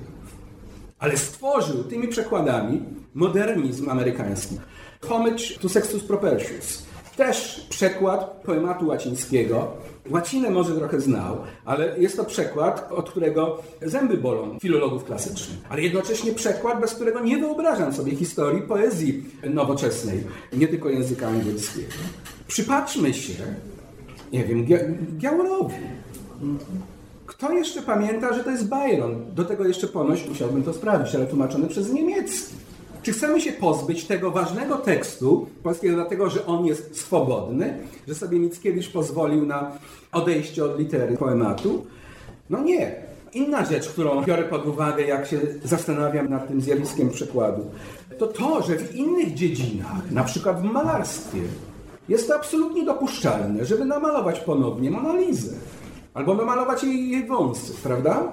Speaker 3: ale stworzył tymi przekładami modernizm amerykański. Homage to Sextus Propertius, Też przekład poematu łacińskiego. Łacinę może trochę znał, ale jest to przekład, od którego zęby bolą filologów klasycznych. Ale jednocześnie przekład, bez którego nie wyobrażam sobie historii poezji nowoczesnej, nie tylko języka angielskiego. Przypatrzmy się, nie wiem, Giaurawi. Kto jeszcze pamięta, że to jest Byron? Do tego jeszcze ponoć, musiałbym to sprawdzić, ale tłumaczony przez niemiecki. Czy chcemy się pozbyć tego ważnego tekstu polskiego dlatego, że on jest swobodny, że sobie Mickiewicz pozwolił na odejście od litery poematu? No nie. Inna rzecz, którą biorę pod uwagę, jak się zastanawiam nad tym zjawiskiem przekładu, to to, że w innych dziedzinach, na przykład w malarstwie, jest to absolutnie dopuszczalne, żeby namalować ponownie Monalizę. Albo namalować jej, jej wąsy, prawda?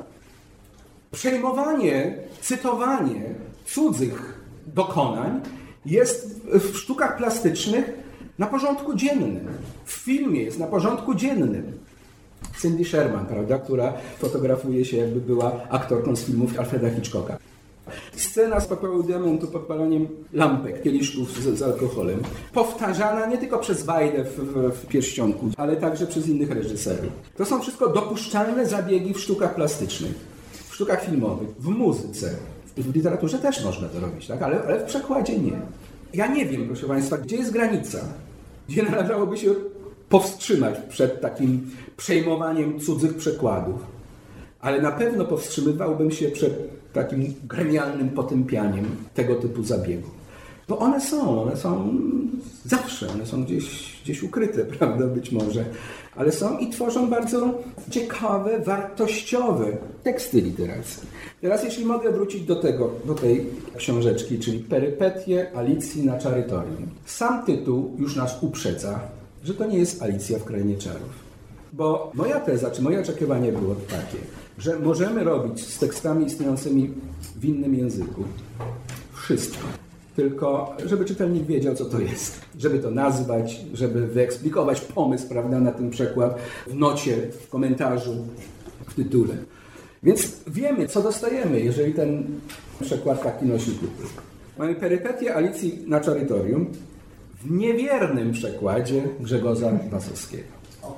Speaker 3: Przejmowanie, cytowanie cudzych dokonań jest w sztukach plastycznych na porządku dziennym. W filmie jest na porządku dziennym. Cindy Sherman, prawda, która fotografuje się, jakby była aktorką z filmów Alfreda Hitchcocka. Scena z popiołu diamentu pod paleniem lampek, kieliszków z, z alkoholem, powtarzana nie tylko przez Wajdę w, w, w Pierścionku, ale także przez innych reżyserów. To są wszystko dopuszczalne zabiegi w sztukach plastycznych, w sztukach filmowych, w muzyce. W literaturze też można to robić, tak? ale, ale w przekładzie nie. Ja nie wiem, proszę Państwa, gdzie jest granica, gdzie należałoby się powstrzymać przed takim przejmowaniem cudzych przekładów. Ale na pewno powstrzymywałbym się przed takim gremialnym potępianiem tego typu zabiegów. Bo one są, one są zawsze, one są gdzieś, gdzieś ukryte, prawda, być może, ale są i tworzą bardzo ciekawe, wartościowe teksty literackie. Teraz jeśli mogę wrócić do tego, do tej książeczki, czyli Perypetie Alicji na Charytorium. Sam tytuł już nas uprzedza, że to nie jest Alicja w Krainie Czarów. Bo moja teza, czy moje oczekiwanie było takie, że możemy robić z tekstami istniejącymi w innym języku wszystko. Tylko, żeby czytelnik wiedział, co to jest. Żeby to nazwać, żeby wyeksplikować pomysł, prawda, na ten przekład w nocie, w komentarzu, w tytule. Więc wiemy, co dostajemy, jeżeli ten przekład taki nosi tytuł. Mamy Perypetie Alicji na Charytorium w niewiernym przekładzie Grzegorza Wasowskiego.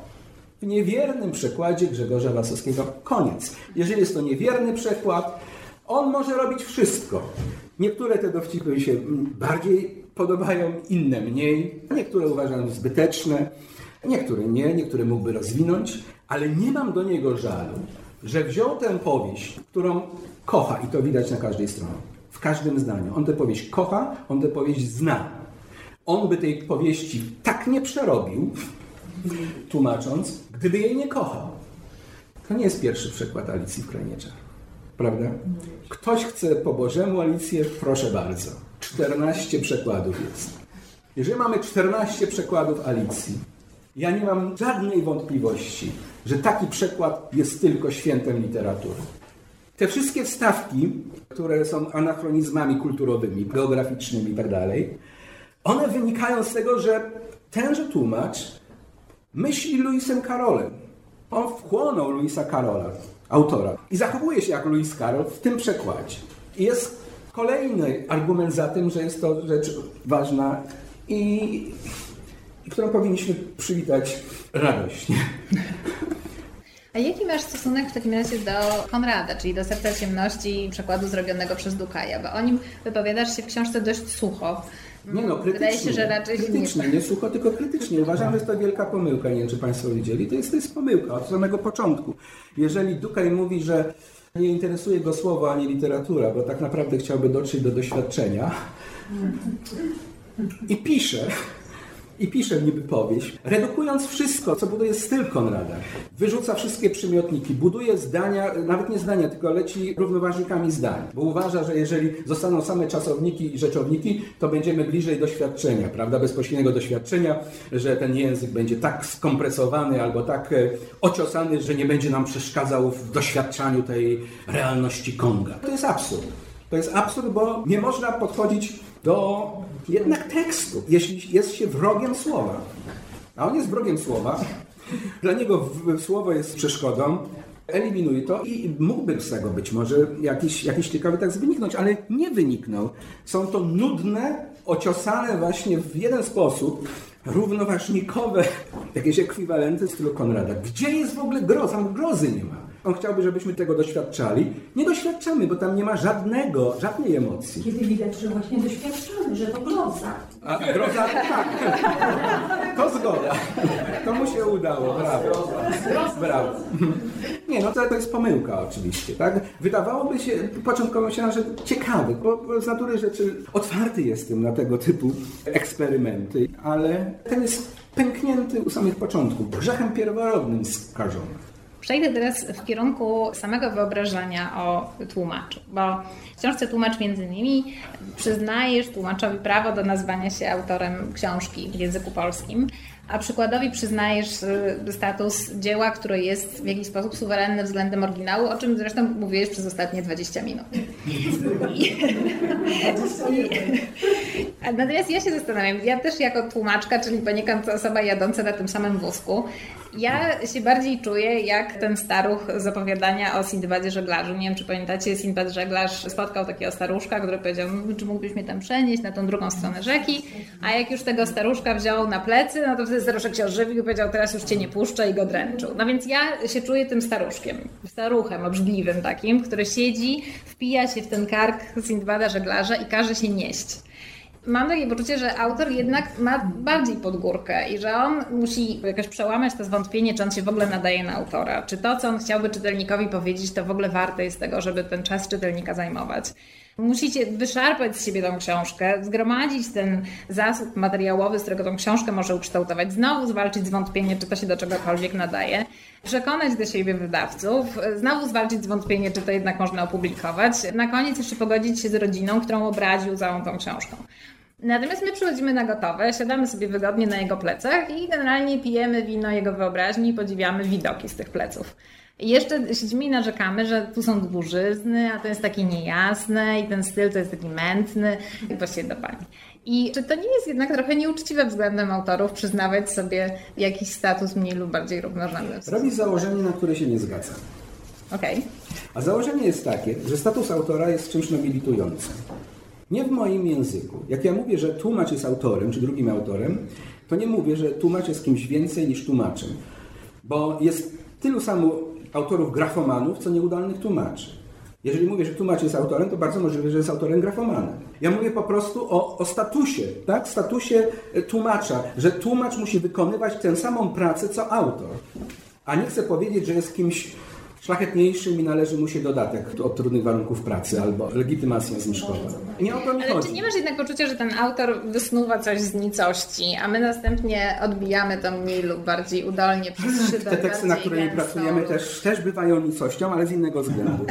Speaker 3: W niewiernym przekładzie Grzegorza Wasowskiego koniec. Jeżeli jest to niewierny przekład, on może robić wszystko. Niektóre te dowcipy mi się bardziej podobają, inne mniej. Niektóre uważam zbyteczne, niektóre nie, niektóre mógłby rozwinąć, ale nie mam do niego żalu, że wziął tę powieść, którą kocha i to widać na każdej stronie, w każdym zdaniu. On tę powieść kocha, on tę powieść zna. On by tej powieści tak nie przerobił, tłumacząc, gdyby jej nie kochał. To nie jest pierwszy przykład Alicji w Krainie Czarów. Prawda? Ktoś chce po Bożemu Alicję, proszę bardzo. czternaście przekładów jest. Jeżeli mamy czternaście przekładów Alicji, ja nie mam żadnej wątpliwości, że taki przekład jest tylko świętem literatury. Te wszystkie wstawki, które są anachronizmami kulturowymi, geograficznymi i tak dalej, one wynikają z tego, że tenże tłumacz myśli Lewisem Carrollem. On wchłonął Lewisa Carrolla, autora, i zachowuje się jak Lewis Carroll w tym przekładzie. I jest kolejny argument za tym, że jest to rzecz ważna i, i którą powinniśmy przywitać radośnie.
Speaker 2: A jaki masz stosunek w takim razie do Konrada, czyli do Serca Ciemności, przekładu zrobionego przez Dukaja? Bo o nim wypowiadasz się w książce dość sucho.
Speaker 3: Nie no, krytycznie.
Speaker 2: Wydaje się, że raczej
Speaker 3: krytycznie,
Speaker 2: nie.
Speaker 3: nie sucho, tylko krytycznie. Uważam, że jest to wielka pomyłka. Nie wiem, czy Państwo widzieli. To jest, to jest pomyłka od samego początku. Jeżeli Dukaj mówi, że nie interesuje go słowo ani literatura, bo tak naprawdę chciałby dotrzeć do doświadczenia i pisze, i pisze niby powieść, redukując wszystko, co buduje styl Konrada. Wyrzuca wszystkie przymiotniki, buduje zdania, nawet nie zdania, tylko leci równoważnikami zdań. Bo uważa, że jeżeli zostaną same czasowniki i rzeczowniki, to będziemy bliżej doświadczenia, prawda, bezpośredniego doświadczenia, że ten język będzie tak skompresowany albo tak ociosany, że nie będzie nam przeszkadzał w doświadczaniu tej realności Konga. To jest absurd. To jest absurd, bo nie można podchodzić do jednak tekstu, jeśli jest się wrogiem słowa. A on jest wrogiem słowa, dla niego słowo jest przeszkodą, eliminuje to i mógłby z tego być może jakiś, jakiś ciekawy tekst wyniknąć, ale nie wyniknął. Są to nudne ociosane właśnie w jeden sposób równoważnikowe jakieś ekwiwalenty w stylu Konrada. Gdzie jest w ogóle groza? Tam grozy nie ma. On chciałby, żebyśmy tego doświadczali. Nie doświadczamy, bo tam nie ma żadnego, żadnej emocji.
Speaker 4: Kiedy widać, że właśnie doświadczamy, że to groza.
Speaker 3: A groza, tak. To zgoda. To mu się udało, brawo. Brawo. Nie, no to, to jest pomyłka oczywiście, tak? Wydawałoby się, początkowo się, że ciekawy, bo z natury rzeczy otwarty jestem na tego typu eksperymenty, ale ten jest pęknięty u samych początków, grzechem pierworodnym skażony.
Speaker 2: Przejdę teraz w kierunku samego wyobrażenia o tłumaczu, bo w książce Tłumacz między innymi przyznajesz tłumaczowi prawo do nazywania się autorem książki w języku polskim, a przykładowi przyznajesz status dzieła, które jest w jakiś sposób suwerenny względem oryginału, o czym zresztą mówiłeś przez ostatnie dwadzieścia minut. I, natomiast ja się zastanawiam, ja też jako tłumaczka, czyli poniekąd osoba jadąca na tym samym wózku, ja się bardziej czuję jak ten staruch z opowiadania o Sindbadzie żeglarzu. Nie wiem, czy pamiętacie, Sindbad żeglarz spotkał takiego staruszka, który powiedział, czy mógłbyś mnie tam przenieść na tą drugą stronę rzeki, a jak już tego staruszka wziął na plecy, no to wtedy staruszek się ożywił i powiedział, teraz już cię nie puszczę i go dręczył. No więc ja się czuję tym staruszkiem, staruchem obrzydliwym takim, który siedzi, wpija się w ten kark Sindbada żeglarza i każe się nieść. Mam takie poczucie, że autor jednak ma bardziej pod górkę i że on musi jakoś przełamać to zwątpienie, czy on się w ogóle nadaje na autora. Czy to, co on chciałby czytelnikowi powiedzieć, to w ogóle warte jest tego, żeby ten czas czytelnika zajmować. Musicie wyszarpać z siebie tą książkę, zgromadzić ten zasób materiałowy, z którego tą książkę może ukształtować, znowu zwalczyć zwątpienie, czy to się do czegokolwiek nadaje, przekonać do siebie wydawców, znowu zwalczyć zwątpienie, czy to jednak można opublikować, na koniec jeszcze pogodzić się z rodziną, którą obraził całą tą książką. Natomiast my przychodzimy na gotowe, siadamy sobie wygodnie na jego plecach i generalnie pijemy wino jego wyobraźni i podziwiamy widoki z tych pleców. I jeszcze siedzimy i narzekamy, że tu są dwużyzny, a to jest takie niejasne i ten styl to jest taki mętny i właściwie do pani. I czy to nie jest jednak trochę nieuczciwe względem autorów przyznawać sobie jakiś status mniej lub bardziej równorzędny?
Speaker 3: Robi założenie, na które się nie zgadza.
Speaker 2: Okej. Okay.
Speaker 3: A założenie jest takie, że status autora jest czymś nobilitującym. Nie w moim języku. Jak ja mówię, że tłumacz jest autorem, czy drugim autorem, to nie mówię, że tłumacz jest kimś więcej niż tłumaczem. Bo jest tylu samo autorów grafomanów, co nieudolnych tłumaczy. Jeżeli mówię, że tłumacz jest autorem, to bardzo możliwe, że jest autorem grafomanem. Ja mówię po prostu o, o statusie, tak? Statusie tłumacza, że tłumacz musi wykonywać tę samą pracę, co autor. A nie chcę powiedzieć, że jest kimś szlachetniejszym i należy mu się dodatek od trudnych warunków pracy albo legitymacja zniżkowa. Nie o to mi
Speaker 2: Ale
Speaker 3: chodzi.
Speaker 2: czy nie masz jednak poczucia, że ten autor wysnuwa coś z nicości, a my następnie odbijamy to mniej lub bardziej udolnie przez szybę?
Speaker 3: Te teksty, na które nie pracujemy, też, też bywają nicością, ale z innego względu.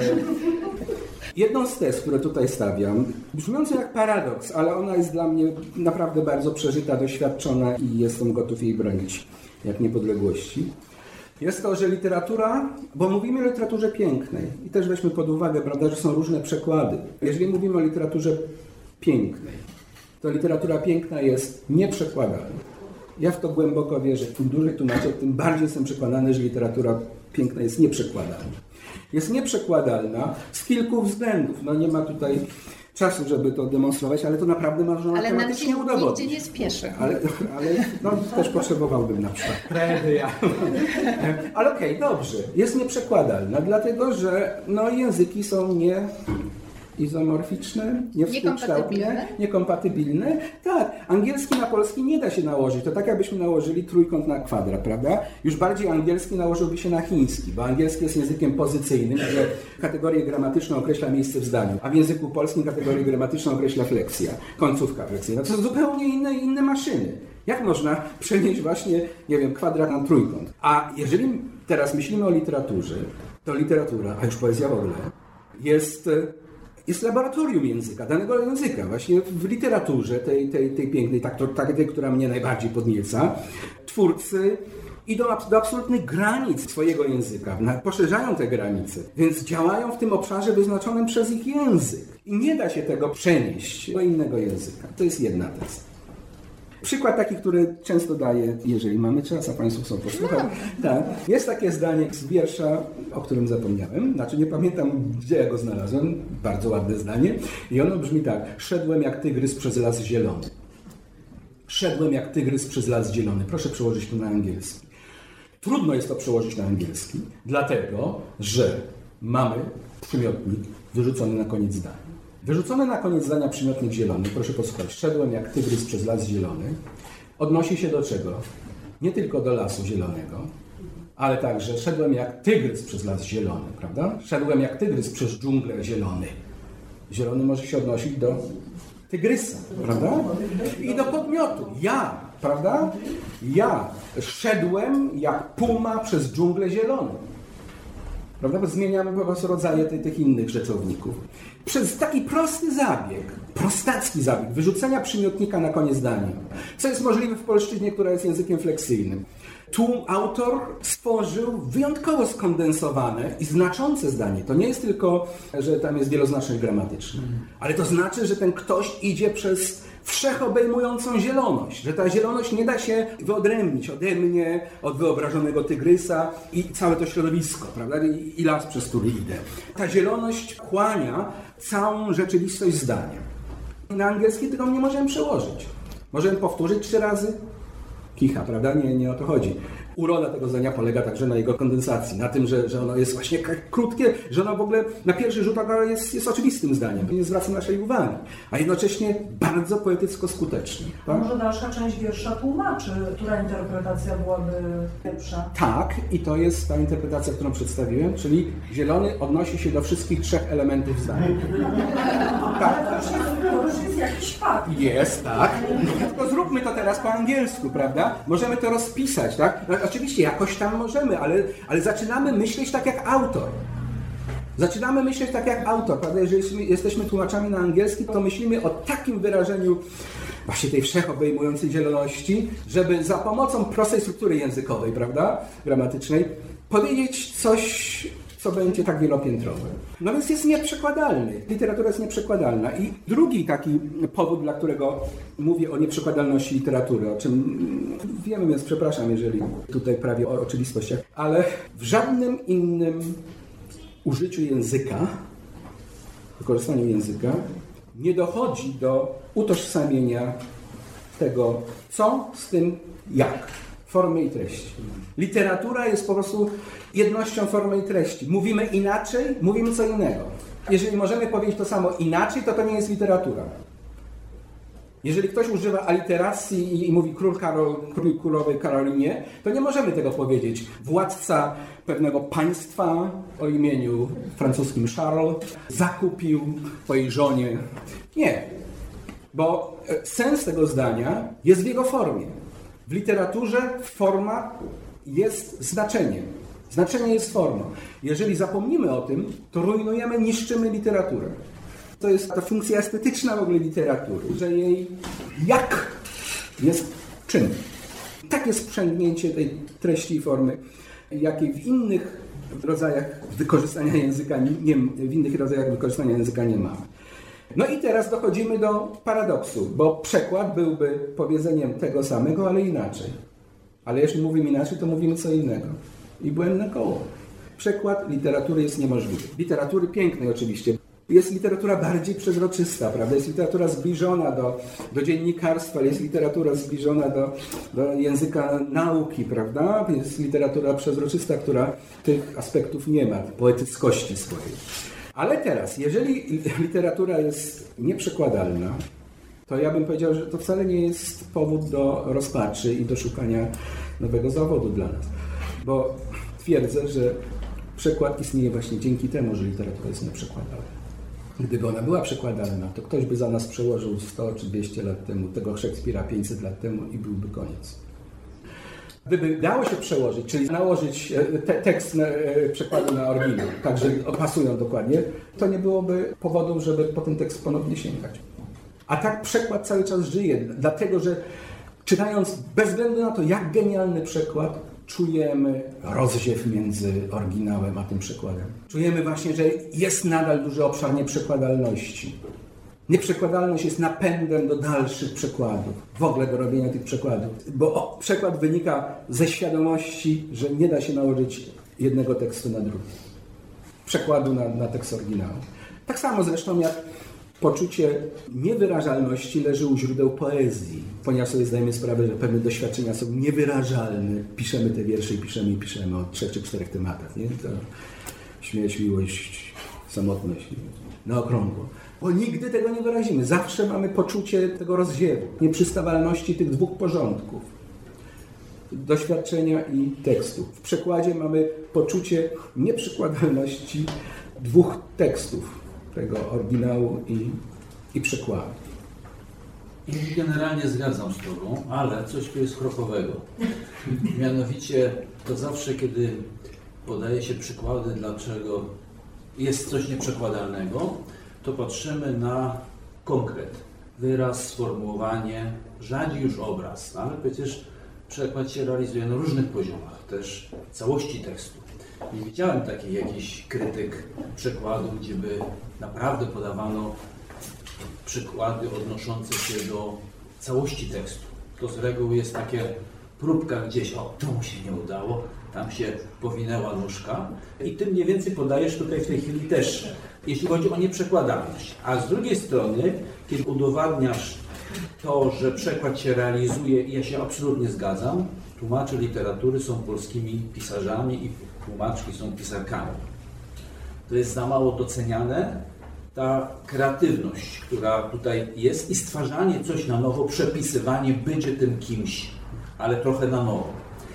Speaker 3: Jedną z tez, które tutaj stawiam, brzmiąca jak paradoks, ale ona jest dla mnie naprawdę bardzo przeżyta, doświadczona i jestem gotów jej bronić jak niepodległości. Jest to, że literatura, bo mówimy o literaturze pięknej i też weźmy pod uwagę, prawda, że są różne przekłady. Jeżeli mówimy o literaturze pięknej, to literatura piękna jest nieprzekładalna. Ja w to głęboko wierzę. Im dłużej tłumaczę, tym bardziej jestem przekonany, że literatura piękna jest nieprzekładalna. Jest nieprzekładalna z kilku względów. No nie ma tutaj czasu, żeby to demonstrować, ale to naprawdę można
Speaker 2: ale
Speaker 3: matematycznie udowodnić.
Speaker 2: Ale nigdzie nie spieszy.
Speaker 3: Ale, ale no, też potrzebowałbym na przykład predia. Ale okej, okay, dobrze. Jest nieprzekładalna, dlatego że no, języki są nie izomorficzne, niewspółkształtne, niekompatybilne. Tak, angielski na polski nie da się nałożyć. To tak jakbyśmy nałożyli trójkąt na kwadrat, prawda? Już bardziej angielski nałożyłby się na chiński, bo angielski jest językiem pozycyjnym, gdzie kategorię gramatyczną określa miejsce w zdaniu, a w języku polskim kategorię gramatyczną określa fleksja, końcówka fleksyjna. To są zupełnie inne, inne maszyny. Jak można przenieść właśnie, nie wiem, kwadrat na trójkąt? A jeżeli teraz myślimy o literaturze, to literatura, a już poezja w ogóle, jest... jest laboratorium języka, danego języka. Właśnie w literaturze, tej, tej, tej pięknej, tak, to, tak, tej, która mnie najbardziej podnieca, twórcy idą do absolutnych granic swojego języka, poszerzają te granice, więc działają w tym obszarze wyznaczonym przez ich język. I nie da się tego przenieść do innego języka. To jest jedna teza. Przykład taki, który często daję, jeżeli mamy czas, a Państwo chcą posłuchać. Tak. Jest takie zdanie z wiersza, o którym zapomniałem. Znaczy nie pamiętam, gdzie ja go znalazłem. Bardzo ładne zdanie. I ono brzmi tak. Szedłem jak tygrys przez las zielony. Szedłem jak tygrys przez las zielony. Proszę przełożyć to na angielski. Trudno jest to przełożyć na angielski, dlatego, że mamy przymiotnik wyrzucony na koniec zdania. Wyrzucony na koniec zdania przymiotnik zielony, proszę posłuchać, szedłem jak tygrys przez las zielony, odnosi się do czego? Nie tylko do lasu zielonego, ale także szedłem jak tygrys przez las zielony, prawda? Szedłem jak tygrys przez dżunglę zielony. Zielony może się odnosić do tygrysa, prawda? I do podmiotu. Ja, prawda? Ja szedłem jak puma przez dżunglę zieloną. Prawda? Bo zmieniamy po prostu rodzaje tych, tych innych rzeczowników. Przez taki prosty zabieg, prostacki zabieg, wyrzucenia przymiotnika na koniec zdania, co jest możliwe w polszczyźnie, która jest językiem fleksyjnym. Tu autor stworzył wyjątkowo skondensowane i znaczące zdanie. To nie jest tylko, że tam jest wieloznaczność gramatyczna, ale to znaczy, że ten ktoś idzie przez wszechobejmującą zieloność, że ta zieloność nie da się wyodrębnić ode mnie, od wyobrażonego tygrysa i całe to środowisko, prawda? I, i las, przez który idę. Ta zieloność chłania całą rzeczywistość zdania. Na angielski tego nie możemy przełożyć. Możemy powtórzyć trzy razy? Kicha, prawda? Nie, nie o to chodzi. Uroda tego zdania polega także na jego kondensacji, na tym, że, że ono jest właśnie krótkie, że ono w ogóle na pierwszy rzut oka jest, jest oczywistym zdaniem, nie zwraca naszej uwagi, a jednocześnie bardzo poetycko skuteczne.
Speaker 4: Tak? A może dalsza część wiersza tłumaczy, która interpretacja byłaby lepsza?
Speaker 3: Tak, i to jest ta interpretacja, którą przedstawiłem, czyli zielony odnosi się do wszystkich trzech elementów zdania. Tak.
Speaker 4: To już jest, to już jest jakiś fakt.
Speaker 3: Jest, tak. Tylko zróbmy to teraz po angielsku, prawda? Możemy to rozpisać, tak? No, oczywiście jakoś tam możemy, ale, ale zaczynamy myśleć tak jak autor. Zaczynamy myśleć tak jak autor, prawda? Jeżeli jesteśmy tłumaczami na angielski, to myślimy o takim wyrażeniu właśnie tej wszechobejmującej zieloności, żeby za pomocą prostej struktury językowej, prawda? Gramatycznej, powiedzieć coś, co będzie tak wielopiętrowe. No więc jest nieprzekładalny. Literatura jest nieprzekładalna. I drugi taki powód, dla którego mówię o nieprzekładalności literatury, o czym wiemy, więc przepraszam, jeżeli tutaj prawie o oczywistościach, ale w żadnym innym użyciu języka, wykorzystaniu języka, nie dochodzi do utożsamienia tego, co z tym jak. Formy i treści. Literatura jest po prostu jednością formy i treści. Mówimy inaczej, mówimy co innego. Jeżeli możemy powiedzieć to samo inaczej, to to nie jest literatura. Jeżeli ktoś używa aliteracji i, i mówi król, Karol, król królowej Karolinie, to nie możemy tego powiedzieć. Władca pewnego państwa o imieniu francuskim Charles zakupił swojej żonie. Nie. Bo sens tego zdania jest w jego formie. W literaturze forma jest znaczeniem. Znaczenie jest formą. Jeżeli zapomnimy o tym, to rujnujemy, niszczymy literaturę. To jest ta funkcja estetyczna w ogóle literatury, że jej jak jest czym. Takie sprzęgnięcie tej treści i formy, jakiej w innych rodzajach wykorzystania języka nie, w innych rodzajach wykorzystania języka nie mamy. No i teraz dochodzimy do paradoksu, bo przekład byłby powiedzeniem tego samego, ale inaczej. Ale jeśli mówimy inaczej, to mówimy co innego. I błędne koło. Przekład literatury jest niemożliwy. Literatury pięknej oczywiście. Jest literatura bardziej przezroczysta, prawda? Jest literatura zbliżona do, do dziennikarstwa, jest literatura zbliżona do, do języka nauki, prawda? Jest literatura przezroczysta, która tych aspektów nie ma, poetyckości swojej. Ale teraz, jeżeli literatura jest nieprzekładalna, to ja bym powiedział, że to wcale nie jest powód do rozpaczy i do szukania nowego zawodu dla nas. Bo twierdzę, że przekład istnieje właśnie dzięki temu, że literatura jest nieprzekładalna. Gdyby ona była przekładalna, to ktoś by za nas przełożył sto czy dwieście lat temu tego Szekspira pięćset lat temu i byłby koniec. Gdyby dało się przełożyć, czyli nałożyć te, tekst na, przekładu na oryginał, tak, że pasują dokładnie, to nie byłoby powodu, żeby po ten tekst ponownie sięgać. A tak przekład cały czas żyje, dlatego że czytając, bez względu na to, jak genialny przekład, czujemy rozziew między oryginałem a tym przekładem. Czujemy właśnie, że jest nadal duży obszar nieprzekładalności. Nieprzekładalność jest napędem do dalszych przekładów, w ogóle do robienia tych przekładów, bo o, przekład wynika ze świadomości, że nie da się nałożyć jednego tekstu na drugi, przekładu na, na tekst oryginału. Tak samo zresztą jak poczucie niewyrażalności leży u źródeł poezji, ponieważ sobie zdajemy sprawę, że pewne doświadczenia są niewyrażalne. Piszemy te wiersze i piszemy i piszemy o trzech czy czterech tematach. Nie? To śmierć, miłość, samotność, na okrągło. Bo nigdy tego nie wyrazimy. Zawsze mamy poczucie tego rozdziewu, nieprzystawalności tych dwóch porządków. Doświadczenia i tekstu. W przekładzie mamy poczucie nieprzykładalności dwóch tekstów. Tego oryginału i, i przekładu.
Speaker 5: I generalnie zgadzam z Tobą, ale coś tu jest chropowego. Mianowicie to zawsze, kiedy podaje się przykłady, dlaczego jest coś nieprzekładalnego, to patrzymy na konkret, wyraz, sformułowanie, rzadziej już obraz, ale przecież przekład się realizuje na różnych poziomach, też całości tekstu. Nie widziałem takich jakichś krytyk przekładu, gdzie by naprawdę podawano przykłady odnoszące się do całości tekstu. To z reguły jest takie próbka gdzieś, o, tu mu się nie udało, tam się powinęła nóżka i ty mniej więcej podajesz tutaj w tej chwili też, jeśli chodzi o nieprzekładalność. A z drugiej strony, kiedy udowadniasz to, że przekład się realizuje i ja się absolutnie zgadzam, tłumacze literatury są polskimi pisarzami i tłumaczki są pisarkami. To jest za mało doceniane, ta kreatywność, która tutaj jest i stwarzanie coś na nowo, przepisywanie, bycie tym kimś, ale trochę na nowo.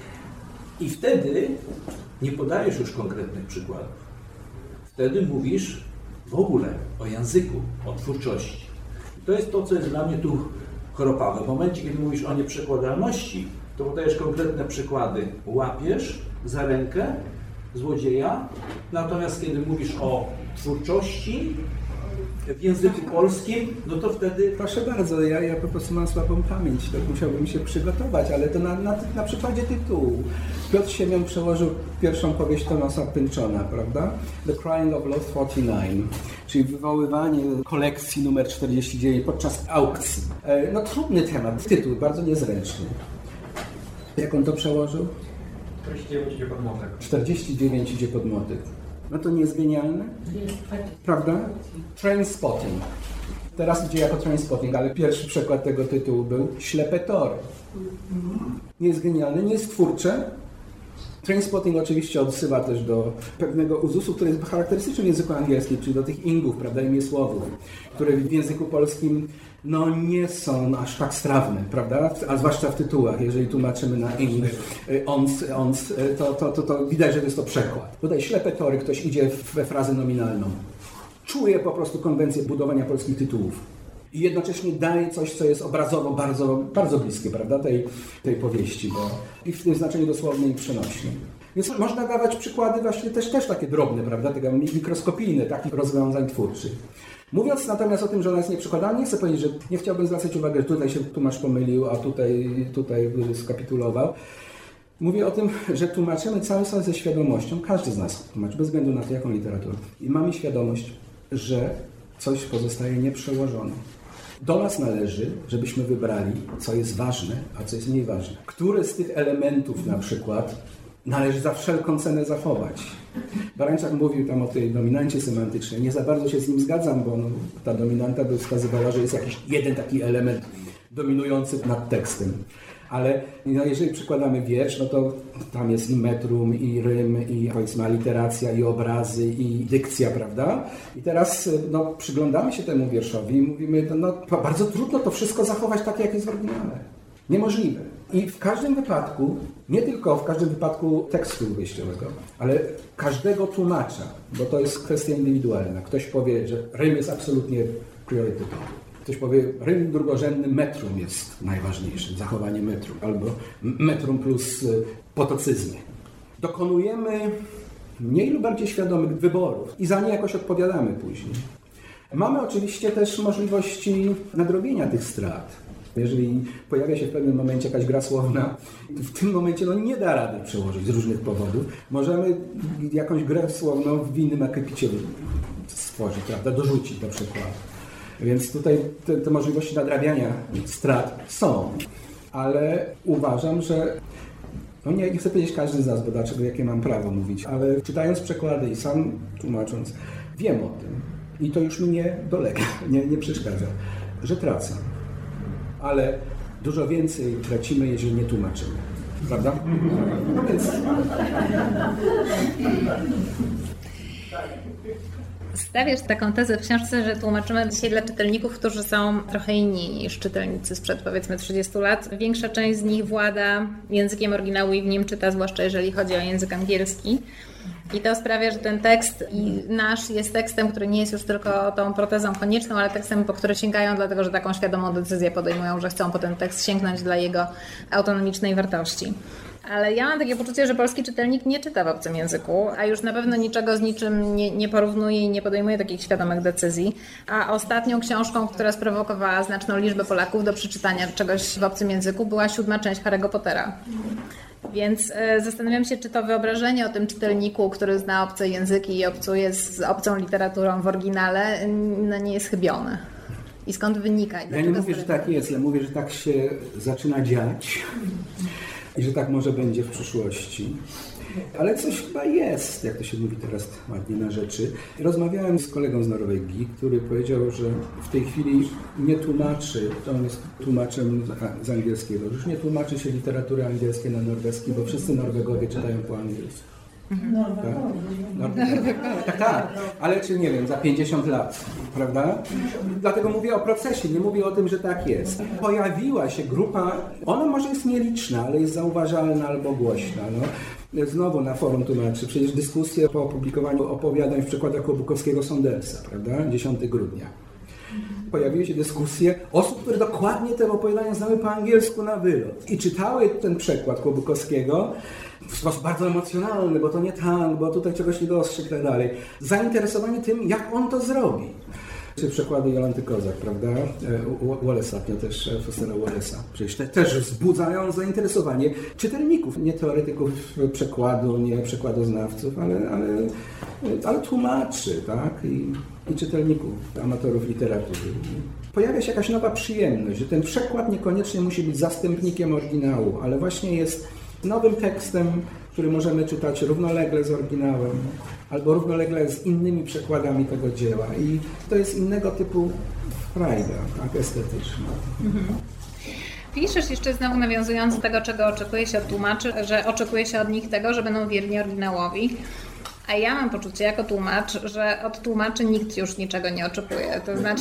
Speaker 5: I wtedy nie podajesz już konkretnych przykładów. Wtedy mówisz w ogóle o języku, o twórczości. I to jest to, co jest dla mnie tu choropawe. W momencie, kiedy mówisz o nieprzekładalności, to podajesz konkretne przykłady. Łapiesz za rękę złodzieja, natomiast kiedy mówisz o twórczości w języku polskim, no to wtedy...
Speaker 3: Proszę bardzo, ja, ja po prostu mam słabą pamięć, to musiałbym się przygotować, ale to na, na, na przykładzie tytułu. Piotr Siemion przełożył pierwszą powieść Thomasa Pynchona, prawda? The Crying of Lot czterdzieści dziewięć, czyli wywoływanie kolekcji numer czterdzieści dziewięć podczas aukcji. No trudny temat, tytuł, bardzo niezręczny. Jak on to przełożył?
Speaker 6: czterdzieści dziewięć idzie pod motyw.
Speaker 3: czterdzieści dziewięć idzie pod motyw. No to nie jest genialne? Prawda? Trainspotting. Teraz idzie jako Trainspotting, ale pierwszy przykład tego tytułu był Ślepe tory. Nie jest genialne, nie jest twórcze. Trainspotting oczywiście odsyła też do pewnego uzusu, który jest charakterystyczny w języku angielskim, czyli do tych ingów, prawda, imiesłowów, które w języku polskim no nie są aż tak strawne, prawda? A zwłaszcza w tytułach, jeżeli tłumaczymy na ing, ons, ons, to, to, to, to widać, że to jest to przekład. Tutaj ślepe tory, ktoś idzie we frazę nominalną. Czuje po prostu konwencję budowania polskich tytułów. I jednocześnie daje coś, co jest obrazowo bardzo, bardzo bliskie, prawda, tej, tej powieści, bo i w tym znaczeniu dosłownym i przenośnym. Więc można dawać przykłady właśnie też, też takie drobne, prawda, takie mikroskopijne, takich rozwiązań twórczych. Mówiąc natomiast o tym, że ona jest nieprzykładalna, nie chcę powiedzieć, że nie chciałbym zwracać uwagi, że tutaj się tłumacz pomylił, a tutaj, tutaj skapitulował. Mówię o tym, że tłumaczymy cały czas ze świadomością, każdy z nas tłumaczy, bez względu na to, jaką literaturę. I mamy świadomość, że coś pozostaje nieprzełożone. Do nas należy, żebyśmy wybrali, co jest ważne, a co jest mniej ważne. Które z tych elementów na przykład należy za wszelką cenę zachować. Barańczak mówił tam o tej dominancie semantycznej. Nie za bardzo się z nim zgadzam, bo no, ta dominanta by wskazywała, że jest jakiś jeden taki element dominujący nad tekstem. Ale no, jeżeli przykładamy wiersz, no to tam jest i metrum, i rym, i powiedzmy aliteracja, i obrazy, i dykcja, prawda? I teraz no, przyglądamy się temu wierszowi i mówimy, no bardzo trudno to wszystko zachować tak, jak jest w oryginale. Niemożliwe. I w każdym wypadku, nie tylko w każdym wypadku tekstu wyjściowego, ale każdego tłumacza, bo to jest kwestia indywidualna. Ktoś powie, że rym jest absolutnie priorytetowy. Ktoś powie, rym drugorzędny, metrum jest najważniejszym, zachowanie metrum, albo metrum plus potocyzmy. Dokonujemy mniej lub bardziej świadomych wyborów i za nie jakoś odpowiadamy później. Mamy oczywiście też możliwości nadrobienia tych strat. Jeżeli pojawia się w pewnym momencie jakaś gra słowna, w tym momencie no, nie da rady przełożyć z różnych powodów. Możemy jakąś grę słowną w innym akapicie stworzyć, prawda, dorzucić do przykładu. Więc tutaj te, te możliwości nadrabiania strat są. Ale uważam, że no nie, nie chcę powiedzieć każdy z nas, bo dlaczego, jakie mam prawo mówić, ale czytając przekłady i sam tłumacząc, wiem o tym i to już mi nie dolega, nie, nie przeszkadza, że tracę. Ale dużo więcej tracimy, jeżeli nie tłumaczymy. Prawda? No więc...
Speaker 2: Stawiasz taką tezę w książce, że tłumaczymy dzisiaj dla czytelników, którzy są trochę inni niż czytelnicy sprzed powiedzmy trzydziestu lat. Większa część z nich włada językiem oryginału i w nim czyta, zwłaszcza jeżeli chodzi o język angielski. I to sprawia, że ten tekst i nasz jest tekstem, który nie jest już tylko tą protezą konieczną, ale tekstem, po który sięgają, dlatego że taką świadomą decyzję podejmują, że chcą po ten tekst sięgnąć dla jego autonomicznej wartości. Ale ja mam takie poczucie, że polski czytelnik nie czyta w obcym języku, a już na pewno niczego z niczym nie, nie porównuje i nie podejmuje takich świadomych decyzji. A ostatnią książką, która sprowokowała znaczną liczbę Polaków do przeczytania czegoś w obcym języku, była siódma część Harry'ego Pottera. Więc y, zastanawiam się, czy to wyobrażenie o tym czytelniku, który zna obce języki i obcuje z obcą literaturą w oryginale, no, nie jest chybione. I skąd wynika?
Speaker 3: Ja nie mówię, że tak jest, ja mówię, że tak się zaczyna dziać i że tak może będzie w przyszłości. Ale coś chyba jest, jak to się mówi teraz ładnie na rzeczy. Rozmawiałem z kolegą z Norwegii, który powiedział, że w tej chwili nie tłumaczy, to on jest tłumaczem z angielskiego, już nie tłumaczy się literatury angielskiej na norweski, bo wszyscy Norwegowie czytają po angielsku.
Speaker 4: Norwegowie.
Speaker 3: Tak? Tak, tak, ale czy nie wiem, za pięćdziesiąt lat, prawda? Dlatego mówię o procesie, nie mówię o tym, że tak jest. Pojawiła się grupa, ona może jest nieliczna, ale jest zauważalna albo głośna. No. Znowu na forum tłumaczy, przecież dyskusje po opublikowaniu opowiadań w przekładach Kłobukowskiego Sondersa, prawda? dziesiątego grudnia. Pojawiły się dyskusje osób, które dokładnie te opowiadania znały po angielsku na wylot i czytały ten przekład Kłobukowskiego w sposób bardzo emocjonalny, bo to nie tak, bo tutaj czegoś nie dostrzegł i tak dalej. Zainteresowani tym, jak on to zrobi. Czy przekłady Jolanty Kozak, prawda? Wallace'a, też Fostera Wallace'a. Przecież te, też wzbudzają zainteresowanie czytelników, nie teoretyków przekładu, nie przekładoznawców, ale, ale, ale tłumaczy, tak? I, i czytelników, amatorów literatury. Pojawia się jakaś nowa przyjemność, że ten przekład niekoniecznie musi być zastępnikiem oryginału, ale właśnie jest nowym tekstem, który możemy czytać równolegle z oryginałem albo równolegle z innymi przekładami tego dzieła. I to jest innego typu frajda, tak, estetyczna.
Speaker 2: Mhm. Piszesz jeszcze znowu nawiązując do tego, czego oczekuje się od tłumaczy, że oczekuje się od nich tego, że będą wierni oryginałowi. A ja mam poczucie jako tłumacz, że od tłumaczy nikt już niczego nie oczekuje. To znaczy...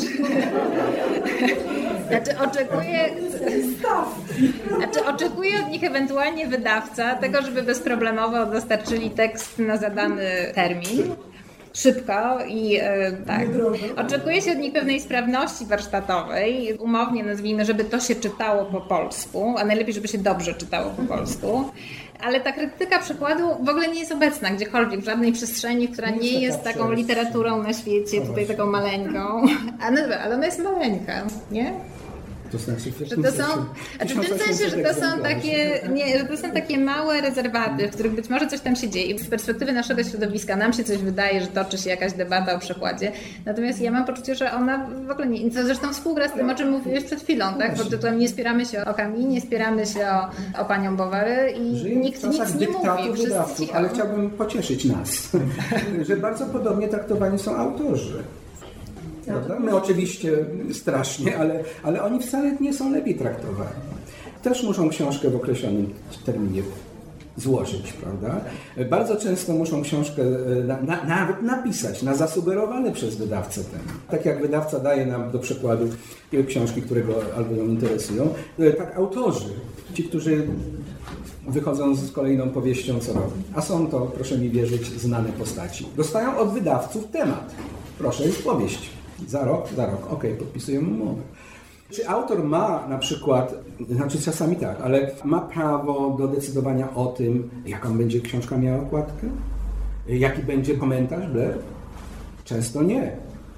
Speaker 2: Znaczy oczekuje, znaczy oczekuje od nich ewentualnie wydawca tego, żeby bezproblemowo dostarczyli tekst na zadany termin. Szybko i e, tak. Oczekuje się od nich pewnej sprawności warsztatowej, umownie nazwijmy, żeby to się czytało po polsku, a najlepiej, żeby się dobrze czytało po polsku. Ale ta krytyka przykładu w ogóle nie jest obecna gdziekolwiek, w żadnej przestrzeni, która nie, nie jest taką literaturą na świecie, tutaj taką maleńką. Ale ona jest maleńka, nie?
Speaker 3: To znaczy, w
Speaker 2: że to są, znaczy w tym sensie, że to są takie, nie, że to są takie małe rezerwaty, w których być może coś tam się dzieje. I z perspektywy naszego środowiska nam się coś wydaje, że toczy się jakaś debata o przekładzie. Natomiast ja mam poczucie, że ona w ogóle nie. To zresztą współgra z tym, o czym mówiłeś przed chwilą, tak? Pod tytułem nie spieramy się o Camille, nie spieramy się o, o panią Bovary i Żyję nikt nic nie mówi. Wydawców,
Speaker 3: ale chciałbym pocieszyć nas, że bardzo podobnie traktowani są autorzy. Prawda? My oczywiście strasznie, ale, ale oni wcale nie są lepiej traktowani. Też muszą książkę w określonym terminie złożyć, prawda? Bardzo często muszą książkę na, na, nawet napisać na zasugerowany przez wydawcę temat. Tak jak wydawca daje nam do przekładu książki, które go albo ją interesują, tak autorzy, ci, którzy wychodzą z kolejną powieścią co roku. A są to, proszę mi wierzyć, znane postaci. Dostają od wydawców temat. Proszę, jest powieść. Za rok, za rok, okej, okay, podpisujemy umowę. Czy autor ma na przykład, znaczy czasami tak, ale ma prawo do decydowania o tym, jaką będzie książka miała okładkę? Jaki będzie komentarz, blurb? Często nie.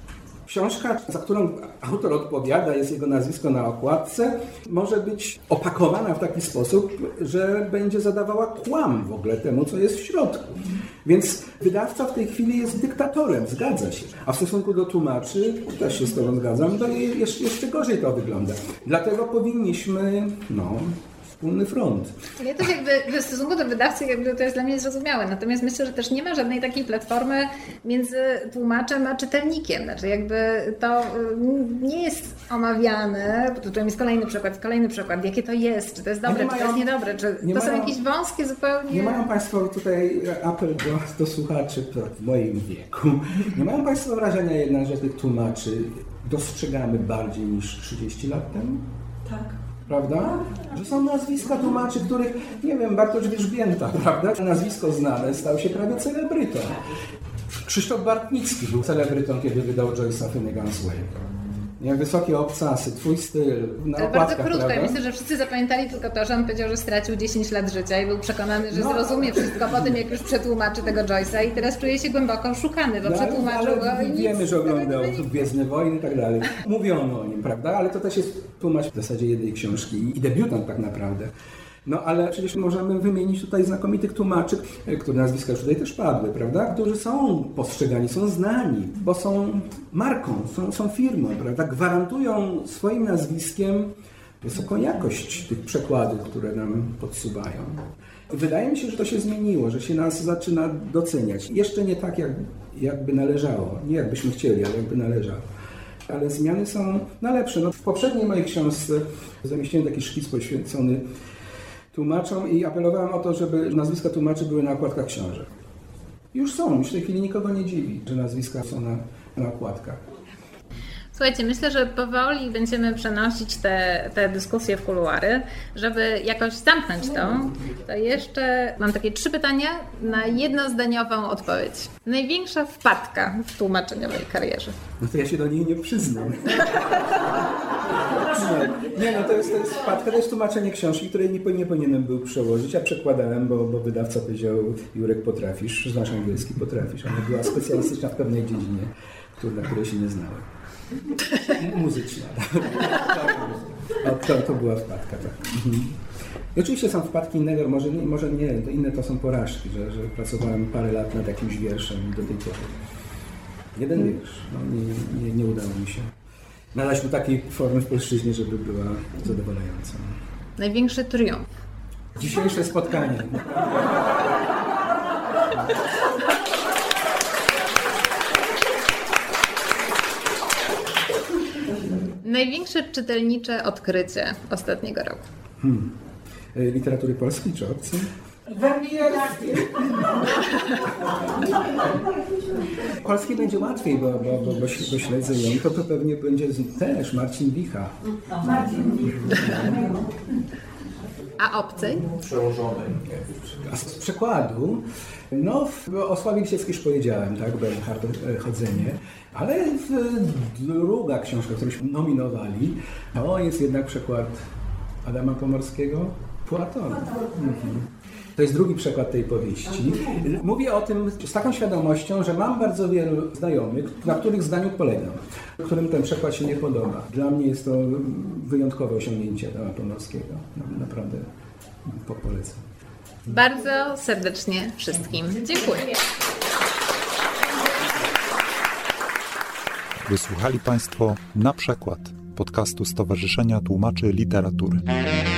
Speaker 3: Książka, za którą autor odpowiada, jest jego nazwisko na okładce, może być opakowana w taki sposób, że będzie zadawała kłam w ogóle temu, co jest w środku. Więc wydawca w tej chwili jest dyktatorem, zgadza się. A w stosunku do tłumaczy, też się z tobą zgadzam, to jeszcze, jeszcze gorzej to wygląda. Dlatego powinniśmy, no... wspólny front.
Speaker 2: Ja też jakby w stosunku do wydawcy jakby to jest dla mnie niezrozumiałe. Natomiast myślę, że też nie ma żadnej takiej platformy między tłumaczem a czytelnikiem. Znaczy jakby to nie jest omawiane. Tutaj jest kolejny przykład, kolejny przykład. Jakie to jest? Czy to jest dobre, czy to jest niedobre? Czy
Speaker 3: nie
Speaker 2: to
Speaker 3: mają,
Speaker 2: są jakieś wąskie zupełnie...
Speaker 3: Nie mają Państwo tutaj apel do, do słuchaczy w moim wieku. Nie mają Państwo wrażenia jednak, że tych tłumaczy dostrzegamy bardziej niż trzydzieści lat temu?
Speaker 4: Tak.
Speaker 3: Prawda? Że są nazwiska tłumaczy, których, nie wiem, Bartosz Wierzbięta, prawda? Nazwisko znane, stał się prawie celebrytą. Krzysztof Bartnicki był celebrytą, kiedy wydał Joyce'a Finnegan's Wake. Nie, wysokie obcasy, twój styl, na
Speaker 2: Ale
Speaker 3: okładkach,
Speaker 2: bardzo krótko.
Speaker 3: prawda?
Speaker 2: Myślę, że wszyscy zapamiętali tylko to, że on powiedział, że stracił dziesięć lat życia i był przekonany, że
Speaker 3: No.
Speaker 2: zrozumie wszystko po tym, jak już przetłumaczy tego Joyce'a i teraz czuje się głęboko oszukany, bo
Speaker 3: No, ale,
Speaker 2: przetłumaczył go
Speaker 3: ale
Speaker 2: i
Speaker 3: wiemy,
Speaker 2: nic
Speaker 3: że
Speaker 2: z tego
Speaker 3: oglądał
Speaker 2: nie wynikło.
Speaker 3: Gwiezdne Wojny i tak dalej. Mówiono o nim, prawda? Ale to też jest tłumacz w zasadzie jednej książki i debiutant tak naprawdę. No ale przecież możemy wymienić tutaj znakomitych tłumaczy, które nazwiska już tutaj też padły, prawda? Którzy są postrzegani, są znani, bo są marką, są, są firmą, prawda? Gwarantują swoim nazwiskiem wysoką jakość tych przekładów, które nam podsuwają. Wydaje mi się, że to się zmieniło, że się nas zaczyna doceniać. Jeszcze nie tak, jak, jakby należało. Nie jakbyśmy chcieli, ale jakby należało. Ale zmiany są na lepsze. No, w poprzedniej mojej książce zamieściłem taki szkic poświęcony tłumaczom i apelowałem o to, żeby nazwiska tłumaczy były na okładkach książek. Już są, już w tej chwili nikogo nie dziwi, że nazwiska są na, na okładkach.
Speaker 2: Słuchajcie, myślę, że powoli będziemy przenosić te, te dyskusje w kuluary. Żeby jakoś zamknąć to, to jeszcze mam takie trzy pytania na jednozdaniową odpowiedź. Największa wpadka w tłumaczeniowej karierze?
Speaker 3: No to ja się do niej nie przyznam. Nie, nie no to jest, to jest wpadka, to jest tłumaczenie książki, której nie, nie powinienem był przełożyć. Ja przekładałem, bo, bo wydawca powiedział: Jurek, potrafisz, znasz angielski, potrafisz. Ona była specjalistyczna w pewnej dziedzinie, który, na której się nie znałem. Muzyczna. To, to była wpadka, tak. Mhm. I oczywiście są wpadki innego, może nie, może nie, to inne to są porażki, że, że pracowałem parę lat nad jakimś wierszem i do tej pory. Jeden wiersz, no, nie, nie, nie udało mi się nadać mu takiej formy w polszczyźnie, żeby była zadowalająca.
Speaker 2: Największy triumf?
Speaker 3: Dzisiejsze spotkanie.
Speaker 2: Największe czytelnicze odkrycie ostatniego roku?
Speaker 3: Hmm. Literatury polskiej czy obcej? Polskiej będzie łatwiej, bo, bo, bo, bo, bo śledzę ją, to, to pewnie będzie z, też Marcin Wicha.
Speaker 2: A obcej?
Speaker 6: Przełożonej.
Speaker 3: A z przekładu, no o Sławie Lisieckiej już powiedziałem, tak, Bernhard Chodzenie, ale druga książka, którąśmy nominowali, to jest jednak przekład Adama Pomorskiego, Platona. Mhm. To jest drugi przekład tej powieści. Mówię o tym z taką świadomością, że mam bardzo wielu znajomych, na których zdaniu polegam, którym ten przekład się nie podoba. Dla mnie jest to wyjątkowe osiągnięcie Adama Pomorskiego. Naprawdę polecam.
Speaker 2: Bardzo serdecznie wszystkim dziękuję.
Speaker 1: Wysłuchali Państwo Na przykład podcastu Stowarzyszenia Tłumaczy Literatury.